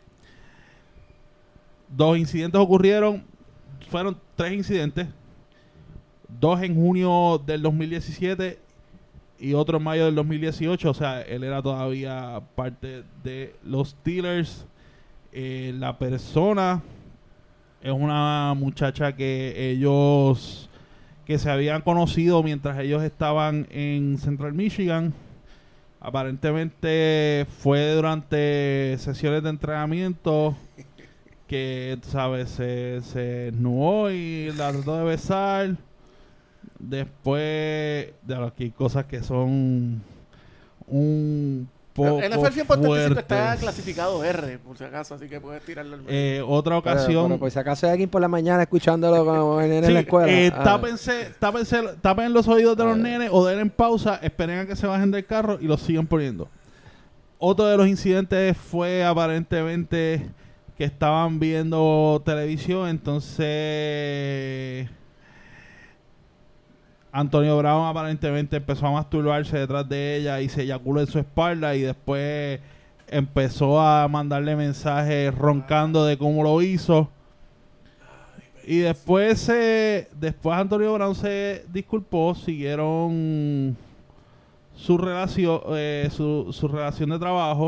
Dos incidentes ocurrieron. Fueron tres incidentes. Dos en junio del dos mil diecisiete y otro en mayo del dos mil dieciocho. O sea, él era todavía parte de los Steelers. Eh, la persona es una muchacha que ellos... que se habían conocido mientras ellos estaban en Central Michigan. Aparentemente fue durante sesiones de entrenamiento que, tú sabes, se, se desnudó y la trató de besar. Después, de las que hay cosas que son un poco N F L cien por treinta y cinco está fuertes. clasificado R, por si acaso, así que puedes tirarle al medio. Eh, otra Pero, ocasión... pero por si acaso hay alguien por la mañana escuchándolo como en, en Sí, la escuela. eh, Ah. tápense, tápense, tapen los oídos de los Ah. nenes o den en pausa, esperen a que se bajen del carro y los sigan poniendo. Otro de los incidentes fue aparentemente que estaban viendo televisión, entonces Antonio Brown aparentemente empezó a masturbarse detrás de ella y se eyaculó en su espalda y después empezó a mandarle mensajes roncando de cómo lo hizo. Y después eh, después Antonio Brown se disculpó, siguieron su relación eh, su, su relación de trabajo.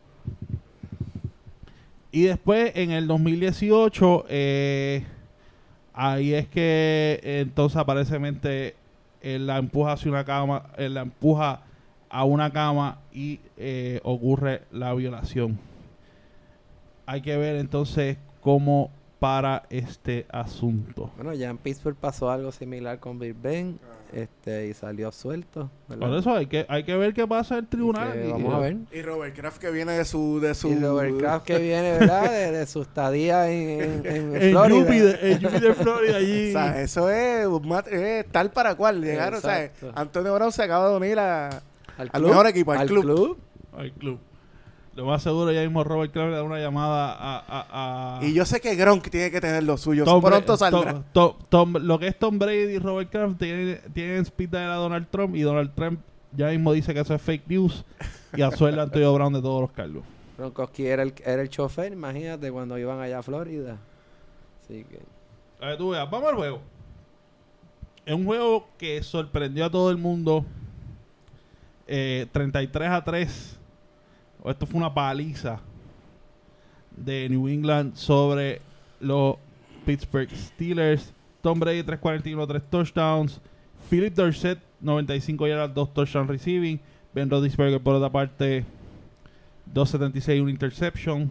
Y después en el dos mil dieciocho eh, ahí es que eh, entonces aparentemente él la empuja hacia una cama, él la empuja a una cama y eh, ocurre la violación. Hay que ver entonces cómo para este asunto. Bueno, ya en Pittsburgh pasó algo similar con Big Ben este, y salió suelto. ¿verdad? Por eso hay que hay que ver qué pasa en el Y tribunal. que Y- vamos a ver. Y Robert Kraft que viene de su... De su Y Robert Kraft que viene, ¿verdad? De, de su estadía en, en, en En Florida. Júpiter, en Júpiter, Florida, allí. O sea, eso es, un mat- es tal para cual llegar. O sea, Exacto. Antonio Brown se acaba de unir a, al, al mejor equipo, al al club. Al club. Lo más seguro ya mismo Robert Kraft le da una llamada a... a, a Y yo sé que Gronk tiene que tener lo suyo. Tom Pronto Bra- saldrá. Tom- Tom- Tom- lo que es Tom Brady y Robert Kraft tienen, tienen speed dial a Donald Trump y Donald Trump ya mismo dice que eso es fake news y absuelve a Antonio Brown de todos los cargos. Gronkowski era el, era el chofer, imagínate, cuando iban allá a Florida. Así que... A ver, tú veas, vamos al juego. Es un juego que sorprendió a todo el mundo. Eh, treinta y tres a tres. Esto fue una paliza de New England sobre los Pittsburgh Steelers. Tom Brady tres cuarenta y uno, tres touchdowns. Philip Dorsett noventa y cinco yardas, dos touchdowns receiving. Ben Roethlisberger por otra parte dos setenta y seis, una interception.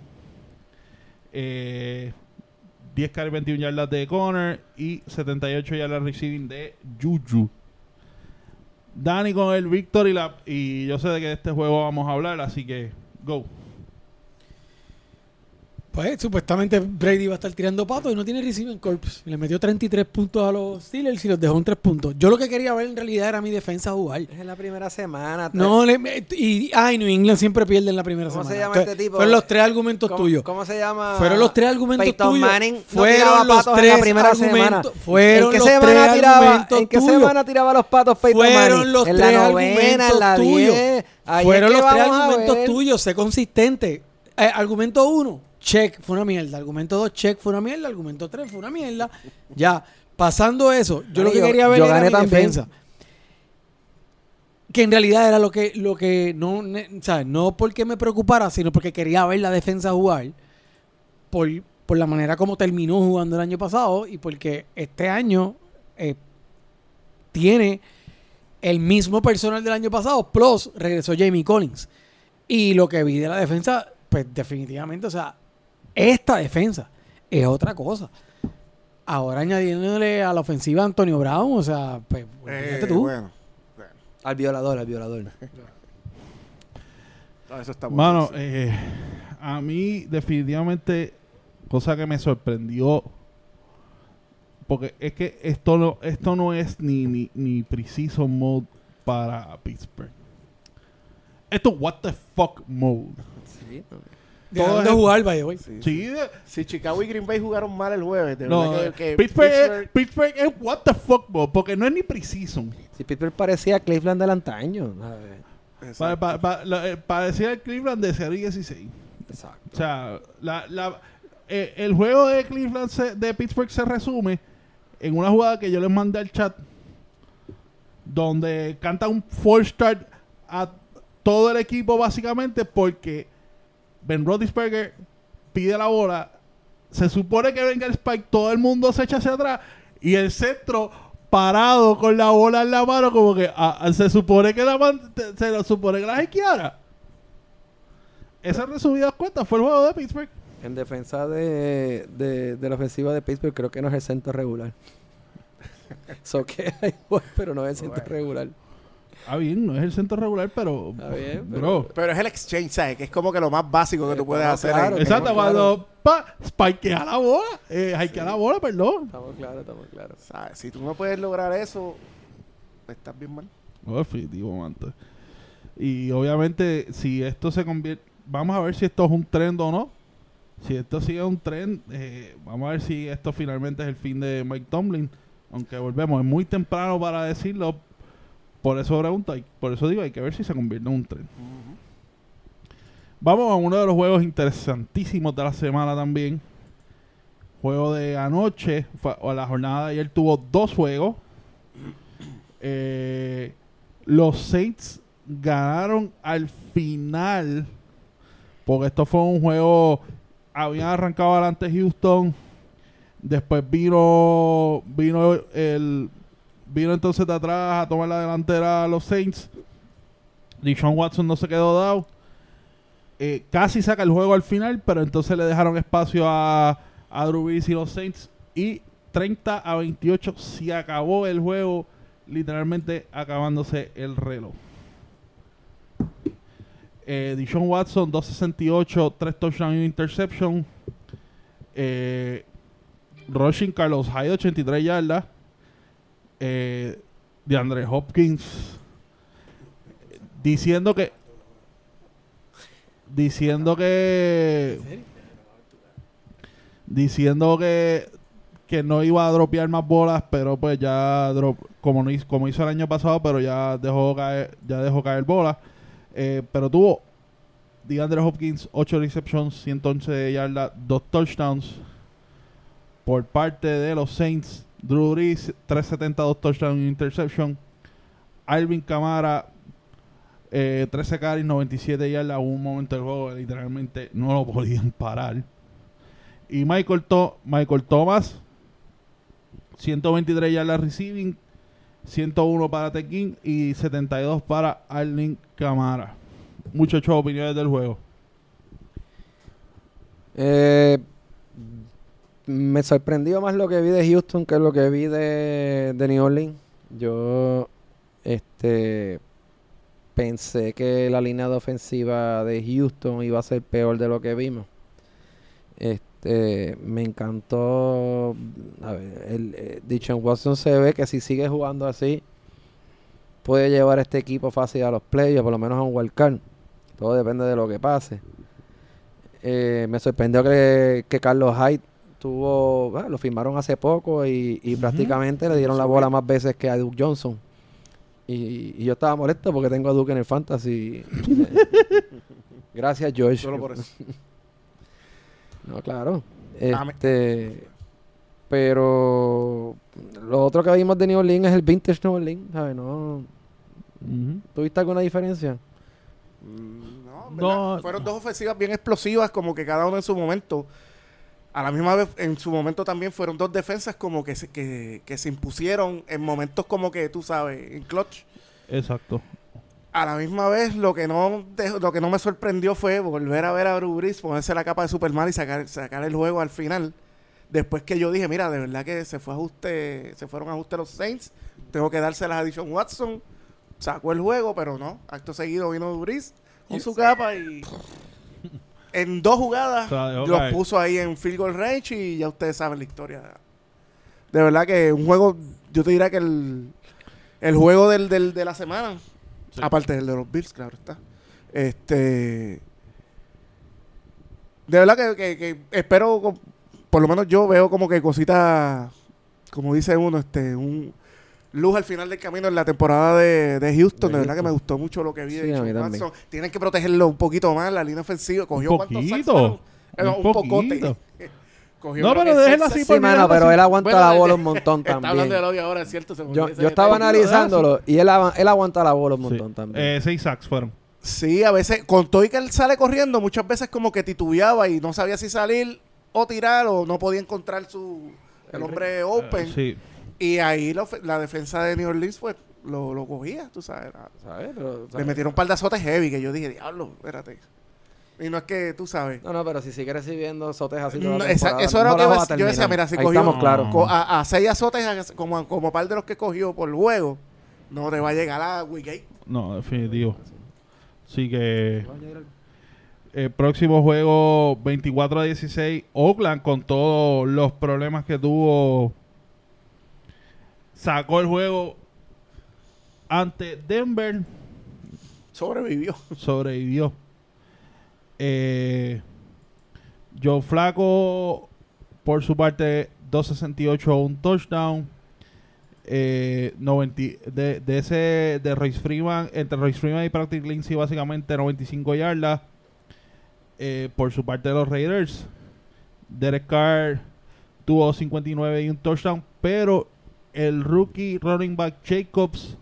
Eh, diez carries, veintiuna yardas de Connor y setenta y ocho yardas receiving de Juju. Dani con el victory lap y yo sé de que de este juego vamos a hablar, así que go. Pues supuestamente Brady va a estar tirando patos y no tiene receiving corps. Le metió treinta y tres puntos a los Steelers y los dejó en tres puntos. Yo lo que quería ver en realidad era mi defensa jugar. Es en la primera semana. te- No, le, y ay, New England siempre pierde en la primera ¿Cómo semana. se llama Entonces, este tipo? Fueron los tres argumentos ¿Cómo, tuyos. ¿Cómo se llama? Fueron los tres argumentos Peyton tuyos. Manning no Fueron tiraba los patos en tres la primera semana. argumentos. Fueron ¿En qué los semana tres tiraba? argumentos ¿En qué tuyos. semana tiraba los patos Peyton Fueron Manning? los en tres la novena, en la argumentos tuyos. diez. Ahí Fueron es que los tres vamos a argumentos ver. tuyos. Sé consistente. Eh, argumento uno, check, fue una mierda. Argumento dos, check, fue una mierda. Argumento tres, fue una mierda. Ya, pasando eso, yo Ay, lo que yo- quería ver yo era gané mi también. defensa. Que en realidad era lo que, lo que no, ne- ¿sabes? No porque me preocupara, sino porque quería ver la defensa jugar por, por la manera como terminó jugando el año pasado y porque este año eh, tiene el mismo personal del año pasado, plus regresó Jamie Collins. Y lo que vi de la defensa, pues definitivamente, o sea, esta defensa es otra cosa. Ahora añadiéndole a la ofensiva a Antonio Brown, o sea, pues, fíjate Eh, tú. bueno, Al violador, al violador. no, eso está bueno. Mano, eh, a mí definitivamente, cosa que me sorprendió, porque es que esto no, esto no es ni, ni, ni preciso mode para Pittsburgh. Esto es what the fuck mode. Sí. Dejaron todo de es- jugar, by the way. Sí, sí. Sí, de- Si Chicago y Green Bay jugaron mal el jueves, de no, verdad que, que Pittsburgh, es, Pittsburgh- Pittsburgh es what the fuck mode, porque no es ni preciso. Si Pittsburgh parecía Cleveland del antaño. a ver. Para, Exacto. para, para, la- eh, para decir el Cleveland de cero y dieciséis. Exacto. O sea, la, la, eh, el juego de Cleveland se- de Pittsburgh se resume en una jugada que yo les mandé al chat donde canta un four start a todo el equipo básicamente porque Ben Roethlisberger pide la bola, se supone que venga el spike, todo el mundo se echa hacia atrás y el centro parado con la bola en la mano como que ah, ah, se supone que la man- te- se lo supone que la jequiara. Esa resumidas cuentas fue el juego de Pittsburgh. En defensa de, de, de la ofensiva de Pittsburgh, creo que no es el centro regular. So que hay igual, pero no es el centro Bueno. regular. Ah, bien, no es el centro regular, pero. Está bien, pero- Bro. Pero es el exchange, ¿sabes? Que es como que lo más básico que tú Eh, puedes no, hacer. claro, en- Exacto, claro. cuando. Pa, spikea la bola. Eh, hikea la bola, perdón. Estamos claros, estamos claros. ¿sabes? Si tú no puedes lograr eso, estás bien mal. No, definitivo, manto. Y obviamente, si esto se convierte. Vamos a ver si esto es un trend o no. Si esto sigue un trend, eh, vamos a ver si esto finalmente es el fin de Mike Tomlin. Aunque volvemos, es muy temprano para decirlo. Por eso pregunto, y por eso digo, hay que ver si se convierte en un trend. Vamos a uno de los juegos interesantísimos de la semana también. Juego de anoche, fue- o la jornada de ayer tuvo dos juegos. Eh, los Saints ganaron al final, porque esto fue un juego, habían arrancado adelante Houston, después vino vino el vino entonces de atrás a tomar la delantera a los Saints. Deshaun Watson no se quedó dado. Eh, casi saca el juego al final, pero entonces le dejaron espacio a, a Drew Brees y los Saints. Y treinta a veintiocho se acabó el juego, literalmente acabándose el reloj. Eh, Deshaun Watson, doscientos sesenta y ocho, tres touchdowns y una interception. Eh, rushing Carlos Hyde, ochenta y tres yardas. Eh, de Andre Hopkins diciendo que diciendo que diciendo que que no iba a dropear más bolas, pero pues ya drop, como no hizo, como hizo el año pasado, pero ya dejó caer ya dejó caer bolas. Eh, pero tuvo DeAndre Hopkins ocho receptions, ciento once yardas, dos touchdowns por parte de los Saints. Drew Brees, trescientos setenta y dos touchdowns y interception. Alvin Kamara, eh, trece carries, noventa y siete yardas. Hubo un momento del juego que literalmente no lo podían parar. Y Michael, to Michael Thomas, ciento veintitrés yardas receiving, ciento uno para Tekin y setenta y dos para Alvin Kamara. Muchachos, opiniones del juego. Eh, me sorprendió más lo que vi de Houston que lo que vi de, de New Orleans. Yo este pensé que la línea de ofensiva de Houston iba a ser peor de lo que vimos. Este, me encantó. A ver, el, eh, Deshaun Watson se ve que si sigue jugando así, puede llevar este equipo fácil a los playoffs, por lo menos a un wild card. Todo depende de lo que pase. Eh, me sorprendió que, que Carlos Hyde tuvo, bueno, lo firmaron hace poco y, y uh-huh. prácticamente le dieron la bola más veces que a Duke Johnson. Y, y yo estaba molesto porque tengo a Duke en el fantasy. Gracias, George. Solo por eso. No, claro. Este, pero lo otro que vimos de New Orleans es el vintage New Orleans, ¿sabes? No. Uh-huh. ¿Tuviste alguna diferencia? No, no, fueron dos ofensivas bien explosivas, como que cada uno en su momento. A la misma vez, en su momento también fueron dos defensas como que se, que, que se impusieron en momentos como que, tú sabes, en clutch. Exacto. A la misma vez, lo que no de, lo que no me sorprendió fue volver a ver a Drew Brees ponerse la capa de Superman y sacar, sacar el juego al final. Después que yo dije, mira, de verdad que se fue ajuste, se fueron a ajuste los Saints. Tengo que dárselas a Deshaun Watson. Sacó el juego, pero no. Acto seguido vino Drew Brees con su capa y en dos jugadas o sea, los caer. Puso ahí en field goal range y ya ustedes saben la historia. De verdad que un juego, yo te diría que el, el juego del, del, de la semana, sí. aparte del de los Bills, claro está. Este, de verdad que, que, que espero, por lo menos yo veo como que cositas, como dice uno, este, un luz al final del camino en la temporada de, de Houston. De, de verdad que me gustó mucho lo que vi. Sí, de Watson. Tienen que protegerlo un poquito más, la línea ofensiva. Cogió un cuántos sacks, un, un, un pocote. Cogió no, pero déjenlo así. Sí, mano, pero él aguanta bueno, la bola un montón está también. Está hablando del odio ahora, es cierto. Yo, yo estaba analizándolo y él, él aguanta la bola un montón sí. también. Eh, seis sacks fueron. Sí, a veces, con todo y que él sale corriendo, muchas veces como que titubeaba y no sabía si salir o tirar o no podía encontrar su el hombre open. Uh, sí. Y ahí lo, la defensa de New Orleans pues lo, lo cogía, tú sabes. La, ¿sabes? Pero, ¿sabes? Le metieron un par de azotes heavy que yo dije, diablo, espérate. Y no es que tú sabes. No, no, pero si sigue recibiendo azotes así toda no, esa, eso era no lo que yo, yo decía, mira, si ahí cogió estamos claros. Co a, a seis azotes como, como par de los que cogió por juego, no te va a llegar a Wigate. No, definitivo. Así que el próximo juego veinticuatro a dieciséis, Oakland con todos los problemas que tuvo sacó el juego ante Denver. Sobrevivió. Sobrevivió. Eh, Joe Flacco, por su parte, doscientos sesenta y ocho, un touchdown. Eh, noventa, de, de ese, de Royce Freeman, entre Royce Freeman y Patrick Lindsay, básicamente noventa y cinco yardas. Eh, por su parte de los Raiders, Derek Carr tuvo cincuenta y nueve y un touchdown, pero el rookie running back Jacobs,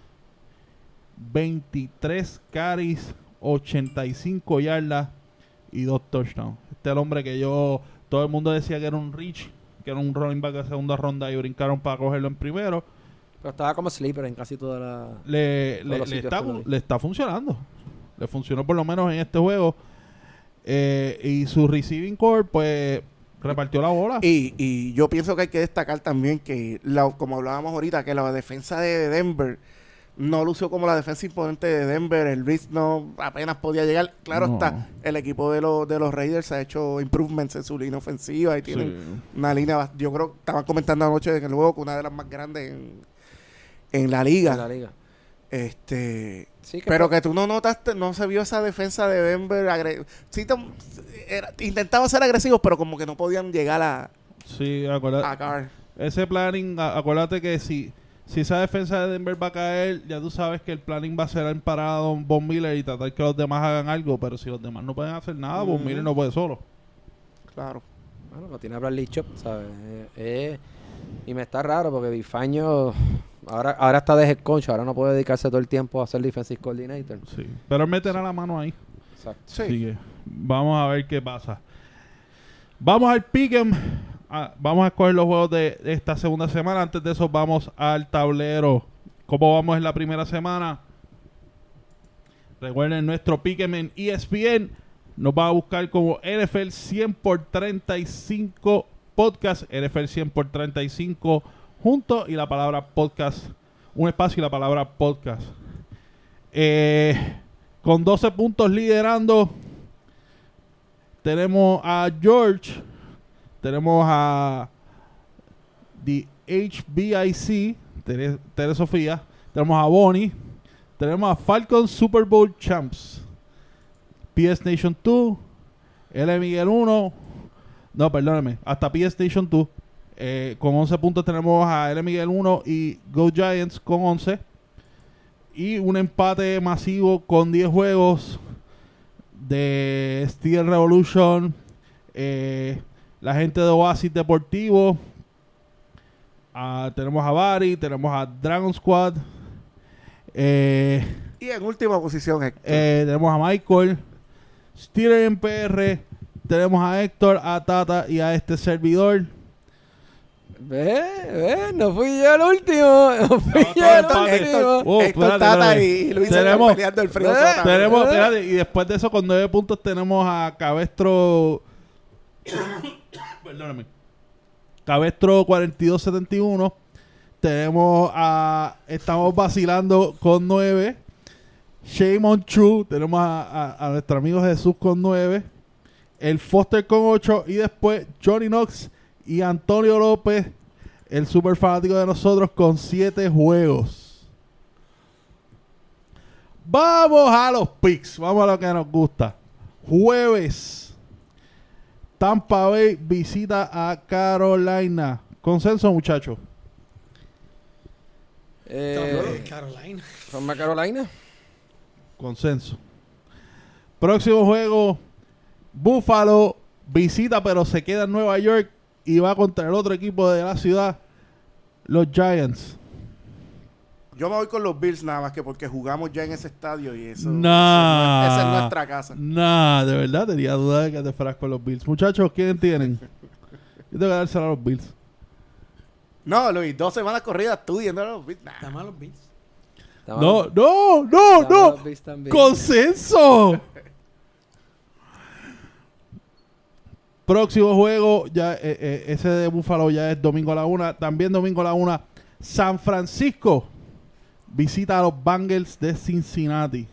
veintitrés carries, ochenta y cinco yardas y dos touchdowns. Este es el hombre que yo, todo el mundo decía que era un reach, que era un running back de segunda ronda y brincaron para cogerlo en primero. Pero estaba como sleeper en casi toda la... Le, le, le, está, le está funcionando. Le funcionó por lo menos en este juego. Eh, y su receiving core, pues... repartió la bola. Y, y yo pienso que hay que destacar también que, la, como hablábamos ahorita, que la defensa de Denver no lució como la defensa imponente de Denver. El Blitz no apenas podía llegar. Claro no. está, el equipo de, lo, de los Raiders ha hecho improvements en su línea ofensiva y tienen sí. una línea, yo creo que estaban comentando anoche en el juego que una de las más grandes en, en la liga. En la liga. Este... Sí, que pero que tú no notaste, no se vio esa defensa de Denver. Agre sí, era, intentaban ser agresivos, pero como que no podían llegar a, sí, acuérdate, a Carr. Ese planning, a, acuérdate que si, si esa defensa de Denver va a caer, ya tú sabes que el planning va a ser en parada a Don Von Miller y tratar que los demás hagan algo, pero si los demás no pueden hacer nada, mm-hmm. Von Miller no puede solo. Claro. Bueno, lo tiene a Bradley Chop, ¿sabes? Eh, eh, y me está raro porque Bifaño... Ahora, ahora está de head coach, ahora no puede dedicarse todo el tiempo a ser defensive coordinator. Sí, pero él meterá sí. la mano ahí. Exacto. Sí. Así que vamos a ver qué pasa. Vamos al pick'em. Ah, vamos a escoger los juegos de, de esta segunda semana. Antes de eso vamos al tablero. ¿Cómo vamos en la primera semana? Recuerden nuestro pick'em en E S P N. Nos va a buscar como N F L cien por treinta y cinco podcast. N F L cien por treinta y cinco junto y la palabra podcast, un espacio y la palabra podcast. Eh, con doce puntos liderando tenemos a George, tenemos a The H B I C, Tere, Tere Sofía, tenemos a Bonnie, tenemos a Falcon Super Bowl Champs, P S Nation dos, L Miguel uno, no, perdóname, hasta P S Nation dos, eh, con once puntos tenemos a L Miguel uno y Go Giants con once, y un empate masivo con diez juegos de Steel Revolution, eh, la gente de Oasis Deportivo, uh, tenemos a Bari, tenemos a Dragon Squad, eh, Y en última posición, Héctor. eh, tenemos a Michael, Steeler en P R, tenemos a Héctor, a Tata y a este servidor. Ve, ve, no fui yo el último. No fui No, yo todo el empate. último. Oh, Héctor, espérate, Tata espérate. y Luis Tenemos- están peleando el frío. Eh, sótano. Tenemos, espérate, y después de eso con nueve puntos tenemos a Cabestro. Perdóname. Cabestro cuarenta y dos setenta y uno. Tenemos a. Estamos vacilando con nueve. Shame Chu. Tenemos a, a, a nuestro amigo Jesús con nueve. El Foster con ocho. Y después Johnny Knox y Antonio López, el super fanático de nosotros, con siete juegos. Vamos a los picks. Vamos a lo que nos gusta. Jueves. Tampa Bay visita a Carolina. Consenso, muchachos. Eh, Carolina. Roma Carolina. Consenso. Próximo juego. Buffalo visita, pero se queda en Nueva York y va contra el otro equipo de la ciudad, los Giants. Yo me voy con los Bills nada más que porque jugamos ya en ese estadio y eso. Nah. Esa es nuestra casa. Nah, de verdad tenía duda de que te fueras con los Bills. Muchachos, ¿quién tienen? Yo tengo que dársela a los Bills. No, Luis, dos semanas corridas tú yendo a los Bills. Nah. Está mal los Bills. Estamos- No, no, no, estamos no. los Bills también. Consenso. Próximo juego, ya eh, eh, ese de Buffalo ya es domingo a la una. También domingo a la una. San Francisco visita a los Bengals de Cincinnati.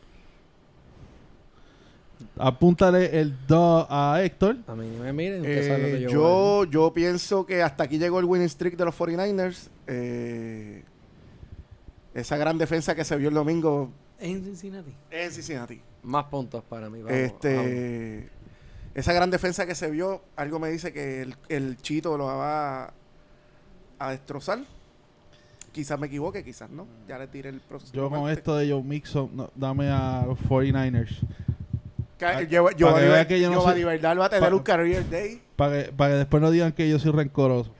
Apúntale el dos a Héctor. A mí ni me miren, ustedes saben lo Eh, que yo, yo, yo pienso que hasta aquí llegó el winning streak de los cuarenta y nueve ers. Eh, esa gran defensa que se vio el domingo En Cincinnati. en Cincinnati. Más puntos para mí. Vamos, este, vamos. Esa gran defensa que se vio, algo me dice que el, el Chito lo va a destrozar. Quizás me equivoque, quizás no. Ya le tiré el proceso. Yo con esto de Joe Mixon, no, dame a los cuarenta y nueve ers. Ca- pa- Yo, pa' yo, que vea que yo no Giovanni soy- Bernal va a tener pa- un career day. Para que, pa' que después no digan que yo soy rencoroso.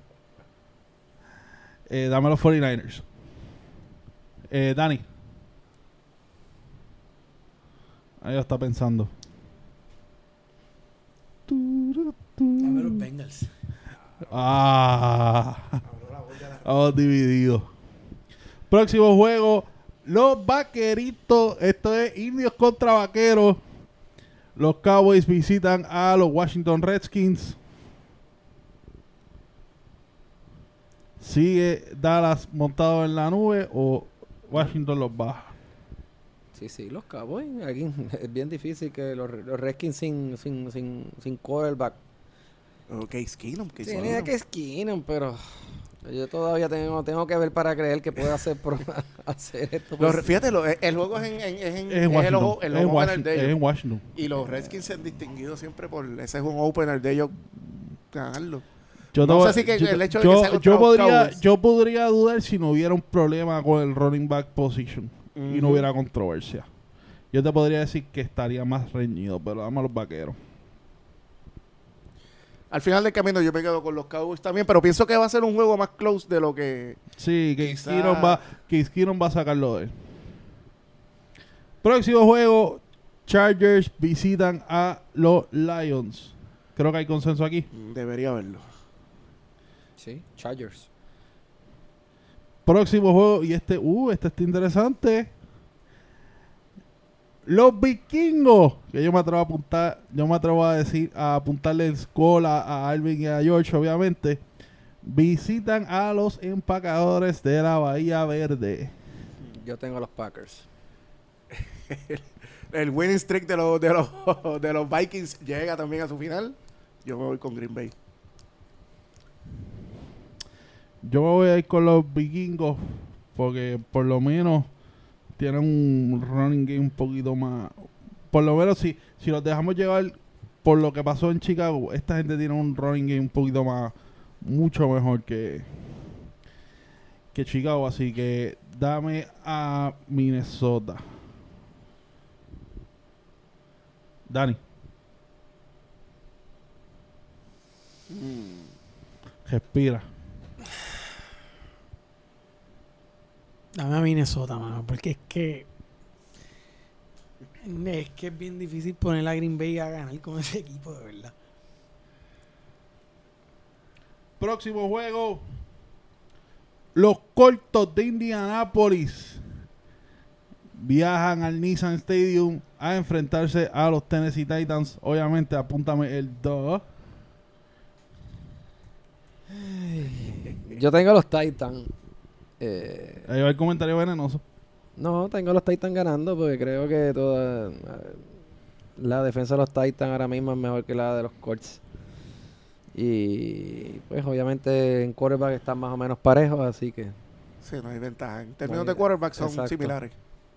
Eh, dame a los cuarenta y nueve ers. Eh, Dani. Ahí lo está pensando. Dame los Bengals. Ah. Vamos divididos. Próximo juego. Los vaqueritos. Esto es indios contra vaqueros. Los Cowboys visitan a los Washington Redskins. ¿Sigue Dallas montado en la nube o Washington los baja? Sí, sí, los Cowboys. Aquí es bien difícil que los, los Redskins sin, sin, sin, sin quarterback. Oh, Case Keenum, Case Tenía Keenum. que esquinan, pero yo todavía tengo, tengo que ver para creer que puede hacer, pro- hacer esto. Los- Pues, fíjate, lo- el juego es en, en, es en, Es en es el, Washington. ojo- el Es en home opener Washington. de Es ellos. en Washington. Y los Redskins se han distinguido siempre por ese es un opener de ellos ganarlo. Yo No te voy- sé si que yo- el hecho de yo- que sea contra yo los podría Cowboys. yo podría dudar si no hubiera un problema con el running back position y no Ujú. hubiera controversia. Yo te podría decir que estaría más reñido, pero dame a los vaqueros. Al final del camino yo me quedo con los Cowboys también, pero pienso que va a ser un juego más close de lo que... Sí, que Quizá- Keenum va, Case Keenum va a sacarlo de él. Próximo juego, Chargers visitan a los Lions. Creo que hay consenso aquí. Debería haberlo. sí, Chargers. Próximo juego, y este, uh, este está interesante. Los vikingos, que yo me atrevo a apuntar, yo me atrevo a decir, a apuntarle el score a, a Alvin y a George, obviamente. Visitan a los empacadores de la Bahía Verde. Yo tengo los Packers. el winning streak de los, de los, de los Vikings llega también a su final, yo me voy con Green Bay. Yo me voy a ir con los vikingos porque por lo menos tienen un running game un poquito más. Por lo menos si, si los dejamos llevar por lo que pasó en Chicago, esta gente tiene un running game un poquito más, mucho mejor que, que Chicago. Así que dame a Minnesota. Dani. Mm. Respira. Dame a Minnesota, mano, porque es que es que es bien difícil poner a Green Bay a ganar con ese equipo, de verdad. Próximo juego. Los Cortos de Indianápolis viajan al Nissan Stadium a enfrentarse a los Tennessee Titans. Obviamente, apúntame el dos. Yo tengo a los Titans. Eh, Ahí va el comentario venenoso. no, tengo a los Titans ganando porque creo que toda eh, la defensa de los Titans ahora mismo es mejor que la de los Colts. Y pues obviamente en quarterback están más o menos parejos, así que... Sí, no hay ventaja. En términos No hay- de quarterback son exacto. similares.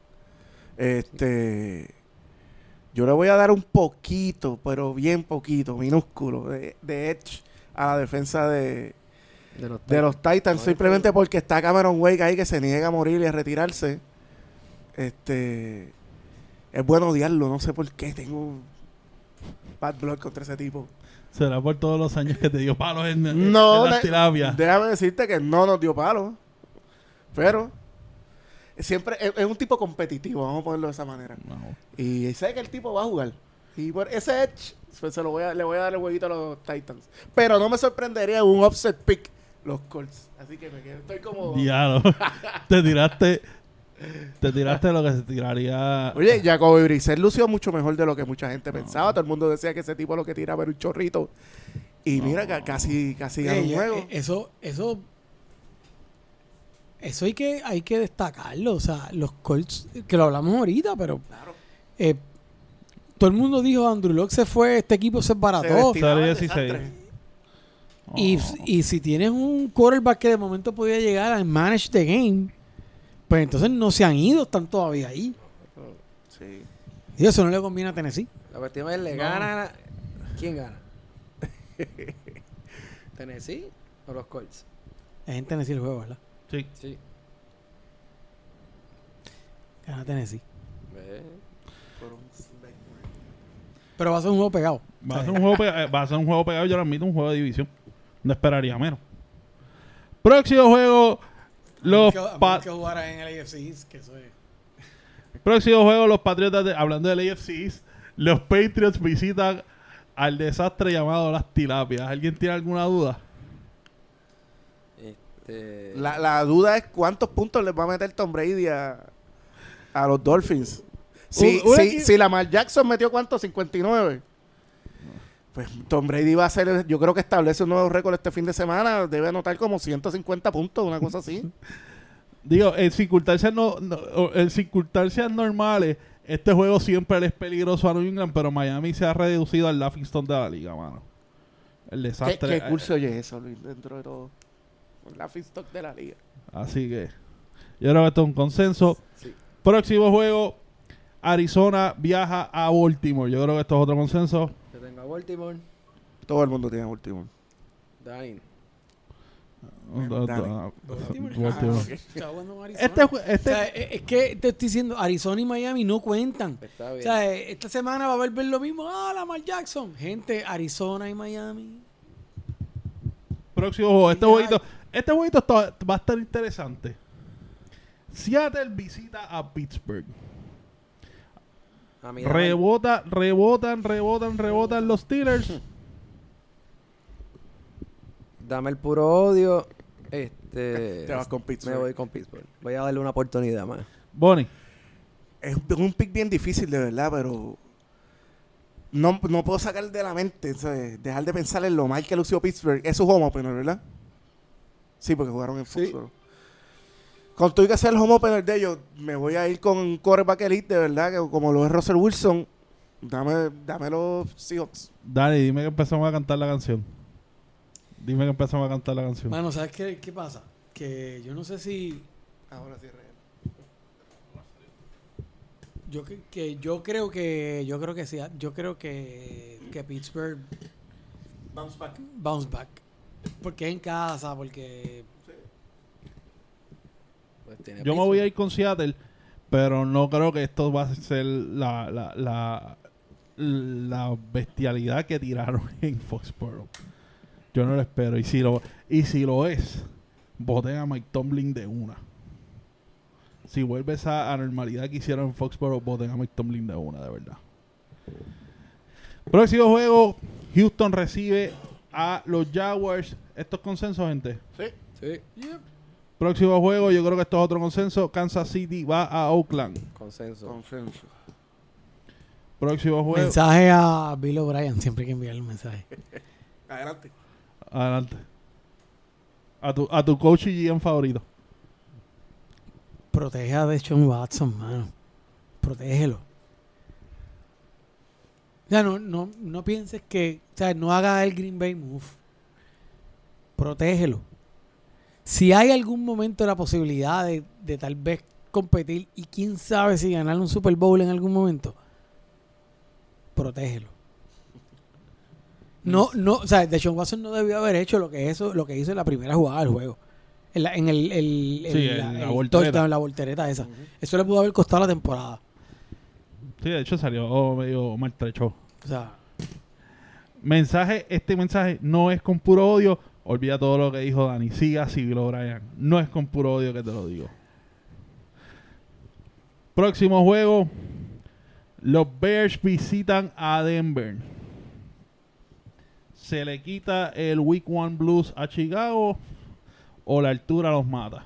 Este... Yo le voy a dar un poquito, pero bien poquito, minúsculo, de, de edge a la defensa de, De los de los Titans, No, simplemente porque está Cameron Wake ahí que se niega a morir y a retirarse. Este... Es bueno odiarlo, no sé por qué. Tengo un bad blood contra ese tipo. Será por todos los años que te dio palos en, en- No, en las de- tilapias. déjame decirte que no nos dio palo. Pero siempre es, es un tipo competitivo, vamos a ponerlo de esa manera. No. Y sé que el tipo va a jugar. Y por ese edge, pues, se lo voy a, le voy a dar el huevito a los Titans. Pero no me sorprendería un offset pick los Colts. Así que me quedo, estoy como... Diablo. te tiraste. Te tiraste lo que se tiraría. Oye, Jacoby Brissett lució mucho mejor de lo que mucha gente pensaba. Todo el mundo decía que ese tipo lo que tiraba era un chorrito. Y mira, ca- casi, casi ganó Oye, un juego. eh, Eso, eso, eso hay que, hay que destacarlo. O sea, los Colts, que lo hablamos ahorita, pero eh, todo el mundo dijo Andrew Luck se fue, este equipo se barató. destinaba Sale al dieciséis. desastre. Y, Oh. y si tienes un quarterback que de momento podía llegar al manage the game, pues entonces no se han ido, están todavía ahí. Sí. Y eso no le conviene a Tennessee. La cuestión es, ¿le No. ganan? ¿Quién gana? ¿Tennessee o los Colts? Es en Tennessee el juego, ¿verdad? Sí. Sí. Gana Tennessee. Ve. Pero va a ser un juego pegado. Va a ser un juego pega- eh, va a ser un juego pegado, yo lo admito, un juego de división. No esperaría menos. Próximo juego. Los pa- que jugar en el A F C East, que eso es... próximo juego, los Patriotas, de- hablando del A F C East, los Patriots visitan al desastre llamado las tilapias. ¿Alguien tiene alguna duda? Este... La, la duda es cuántos puntos les va a meter Tom Brady a, a los Dolphins. Si, Un- un si, equi- si Lamar Jackson metió cuánto, cincuenta y nueve. Pues Tom Brady va a hacer, yo creo que establece un nuevo récord este fin de semana. Debe anotar como ciento cincuenta puntos, una cosa así. Digo, en circunstancias, no, no- o- en circunstancias normales, este juego siempre le es peligroso a New England, pero Miami se ha reducido al laughingstock de la liga, mano. El ¿Qué, desastre. qué curso oye eso, Luis, dentro de todo? La stock de la liga. Así que yo creo que esto es un consenso. Sí. Próximo juego, Arizona viaja a Baltimore. Yo creo que esto es otro consenso. Yo tengo a Baltimore. Todo el mundo tiene último. Dani. Dale. Baltimore. Baltimore. Ah, está jugando en Arizona. Este, ju- O este sea, es es que te estoy diciendo, Arizona y Miami no cuentan. Está O bien. sea, eh, esta semana va a haber ver lo mismo. Ah, Lamar Jackson. Gente, Arizona y Miami. próximo juego, este Ya. jueguito, este jueguito está- va a estar interesante. Seattle visita a Pittsburgh. A mí, dame- Rebota, rebotan, rebotan, rebotan los Steelers. Dame el puro odio. Este. Te vas con Pittsburgh. Me voy con Pittsburgh. Voy a darle una oportunidad más. Bonnie. Es un pick bien difícil, de verdad, pero no, no puedo sacar de la mente, ¿sabes? Dejar de pensar en lo mal que lució Pittsburgh. Es su home opener, ¿verdad? Sí, porque jugaron en Sí. Foxborough. Con todo y que sea el home opener de ellos, me voy a ir con un quarterback elite, de verdad, que como lo es Russell Wilson. Dame, dame los Seahawks. Dani, dime que empezamos a cantar la canción. Dime que empezamos a cantar la canción. Mano, ¿sabes qué, qué pasa? Que yo no sé si... Ahora sí, real. Yo que, que yo creo que yo creo que sí, yo creo que, que Pittsburgh Bounce back. bounce back. Porque es en casa, porque Pues tiene Yo me piso. voy a ir con Seattle, pero no creo que esto va a ser la, la, la, la bestialidad que tiraron en Foxborough. Yo no lo espero. Y si lo, y si lo es, voten a Mike Tomlin de una. Si vuelve esa anormalidad que hicieron en Foxborough, voten a Mike Tomlin de una, de verdad. Próximo juego, Houston recibe a los Jaguars. ¿Estos consensos, gente? Sí. Sí, Próximo juego, yo creo que esto es otro consenso. Kansas City va a Oakland. consenso. Consenso. Próximo juego. mensaje a Bill O'Brien, siempre hay que enviarle un mensaje. Adelante. Adelante. A tu, a tu coach y G M favorito. Protege a Deshaun Watson, mano. Protégelo. O sea, no, no, no pienses que... O sea, no haga el Green Bay move. Protégelo. Si hay algún momento la posibilidad de, de tal vez competir y quién sabe si ganar un Super Bowl en algún momento, protégelo. No, no, o sea, Deshaun Watson no debió haber hecho lo que eso, lo que hizo en la primera jugada del juego. En, la, en el, el, el, Sí, la, en la el voltereta. touchdown, la voltereta esa. Eso le pudo haber costado la temporada. Sí, de hecho salió medio maltrecho. O sea, Mensaje, este mensaje no es con puro odio. Olvida todo lo que dijo Dani. Siga así, Bill O'Brien. No es con puro odio que te lo digo. Próximo juego. Los Bears visitan a Denver. ¿Se le quita el Week One Blues a Chicago o la altura los mata?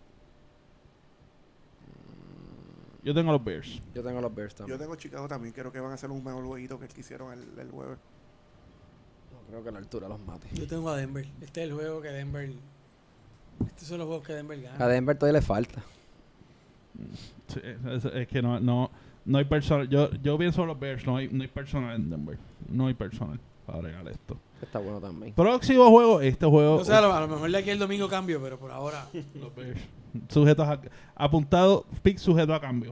Yo tengo los Bears. Yo tengo los Bears también. Yo tengo Chicago también. Creo que van a hacer un mejor jueguito que el que hicieron el, el jueves. No creo que la altura los mate. yo tengo a Denver. Este es el juego que Denver... Estos son los juegos que Denver gana. A Denver todavía le falta. Sí, es, es que no, no, no hay personal. Yo, yo pienso en los Bears. No hay, no hay personal en Denver. No hay personal para agregar esto. Está bueno también. Próximo juego. Este juego. O sea, a lo, a lo mejor de aquí el domingo cambio, pero por ahora... Los Bears. Sujetos a, apuntado, pick sujeto a cambio.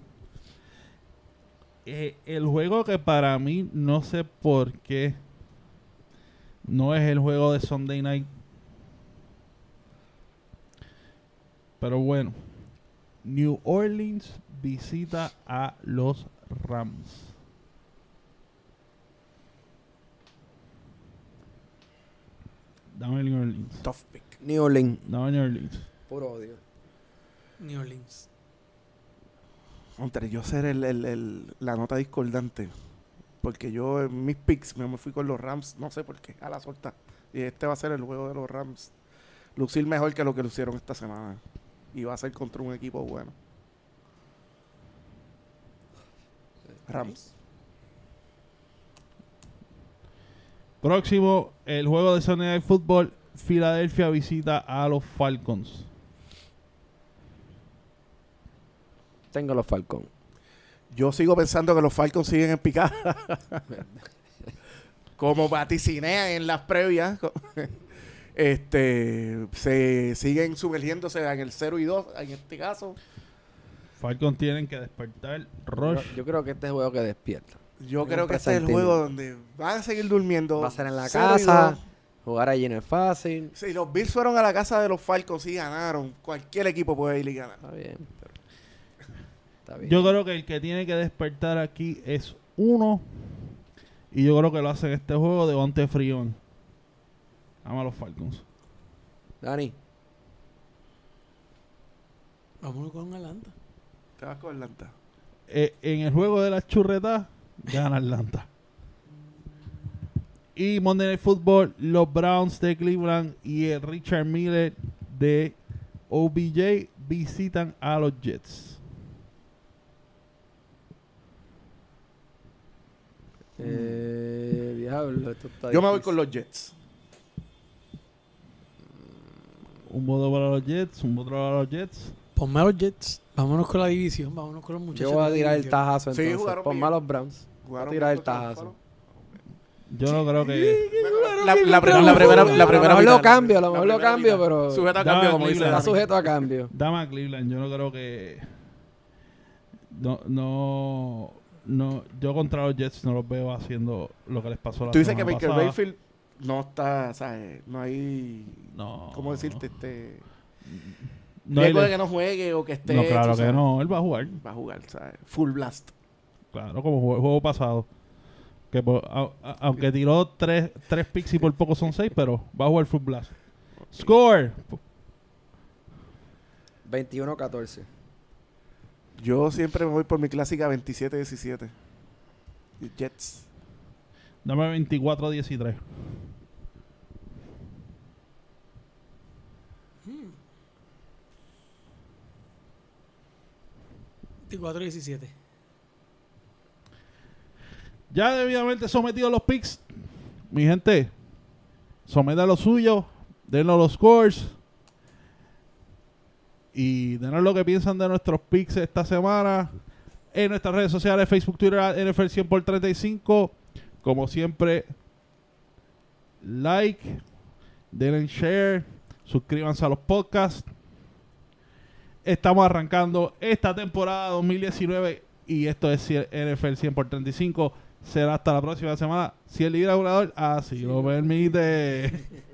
Eh, el juego que para mí, no sé por qué, no es el juego de Sunday Night. Pero bueno. New Orleans visita a los Rams. Dame New Orleans. Tough pick. New Orleans. Dame New Orleans. Puro odio. New Orleans. Entre yo ser el, el, el- la nota discordante. Porque yo en mis picks me, me fui con los Rams. No sé por qué. A la suelta. Y este va a ser el juego de los Rams. Lucir mejor que lo que lucieron esta semana. Y va a ser contra un equipo bueno. Rams. Próximo, el juego de Sunday Night Football. Filadelfia visita a los Falcons. Tengo los Falcons. Yo sigo pensando que los Falcons siguen en picada. Como vaticinean en las previas. este se siguen sumergiéndose en el cero y dos en este caso. Falcons tienen que despertar. Yo, Rush. yo creo que este juego que despierta. Yo Tengo creo un que este es el presentimiento. juego donde van a seguir durmiendo. Va a ser en la cero y casa. dos. Jugar allí no es fácil. Si los Bills fueron a la casa de los Falcons y ganaron, cualquier equipo puede ir y ganar. Está bien. Pero... Está bien. Yo creo que el que tiene que despertar aquí es uno. Y yo creo que lo hace en este juego de Devontae Freeman. Ama a los Falcons. Dani. Vámonos con Atlanta. Te vas con Atlanta. Eh, en el juego de las churretas, gana Atlanta. Y Monday Night Football, los Browns de Cleveland y el Richard Miller de O B J visitan a los Jets. Eh, diablo, esto está Yo me voy difícil. con los Jets. Un voto para los Jets, un voto para los Jets. Ponme a los Jets. Vámonos con la división. Vámonos con los muchachos. Yo voy a de la tirar el división. tajazo Sí, entonces. jugaron Ponme bien. a los Browns. Voy a Jugaron tirar el bien contra tajazo. Yo no creo que... La, la, pri- la primera, la A lo primera mejor mitad, lo cambio, a lo la mejor lo primera cambio, mitad. pero Sujeta a Dame cambio, a como dice Cleveland. está Dami. sujeto a cambio. Dame a Cleveland, yo no creo que... No, no... No, yo contra los Jets no los veo haciendo lo que les pasó la Tú dices que semana Baker pasada. Mayfield no está, ¿sabes? No hay... No. ¿Cómo decirte? Este... No, hay riesgo de le- que no juegue o que esté... no, claro tú que sabes. no, él va a jugar. Va a jugar, ¿sabes? Full blast. Claro, como jugó el juego pasado. Que por- a- a- aunque tiró tres, tres picks y por poco son seis, pero va a jugar full blast. Score. veintiuno catorce. Yo siempre me voy por mi clásica veintisiete diecisiete. Jets. Dame veinticuatro dieciséis. veinticuatro diecisiete. Ya debidamente sometidos los picks. Mi gente, sometan lo suyo. Denos los scores. Y denos lo que piensan de nuestros picks esta semana. En nuestras redes sociales, Facebook, Twitter, N F L cien por treinta y cinco. Como siempre, like, denle share, suscríbanse a los podcasts. Estamos arrancando esta temporada dos mil diecinueve y esto es N F L cien por treinta y cinco. Será hasta la próxima semana. Si el libre jugador así lo permite.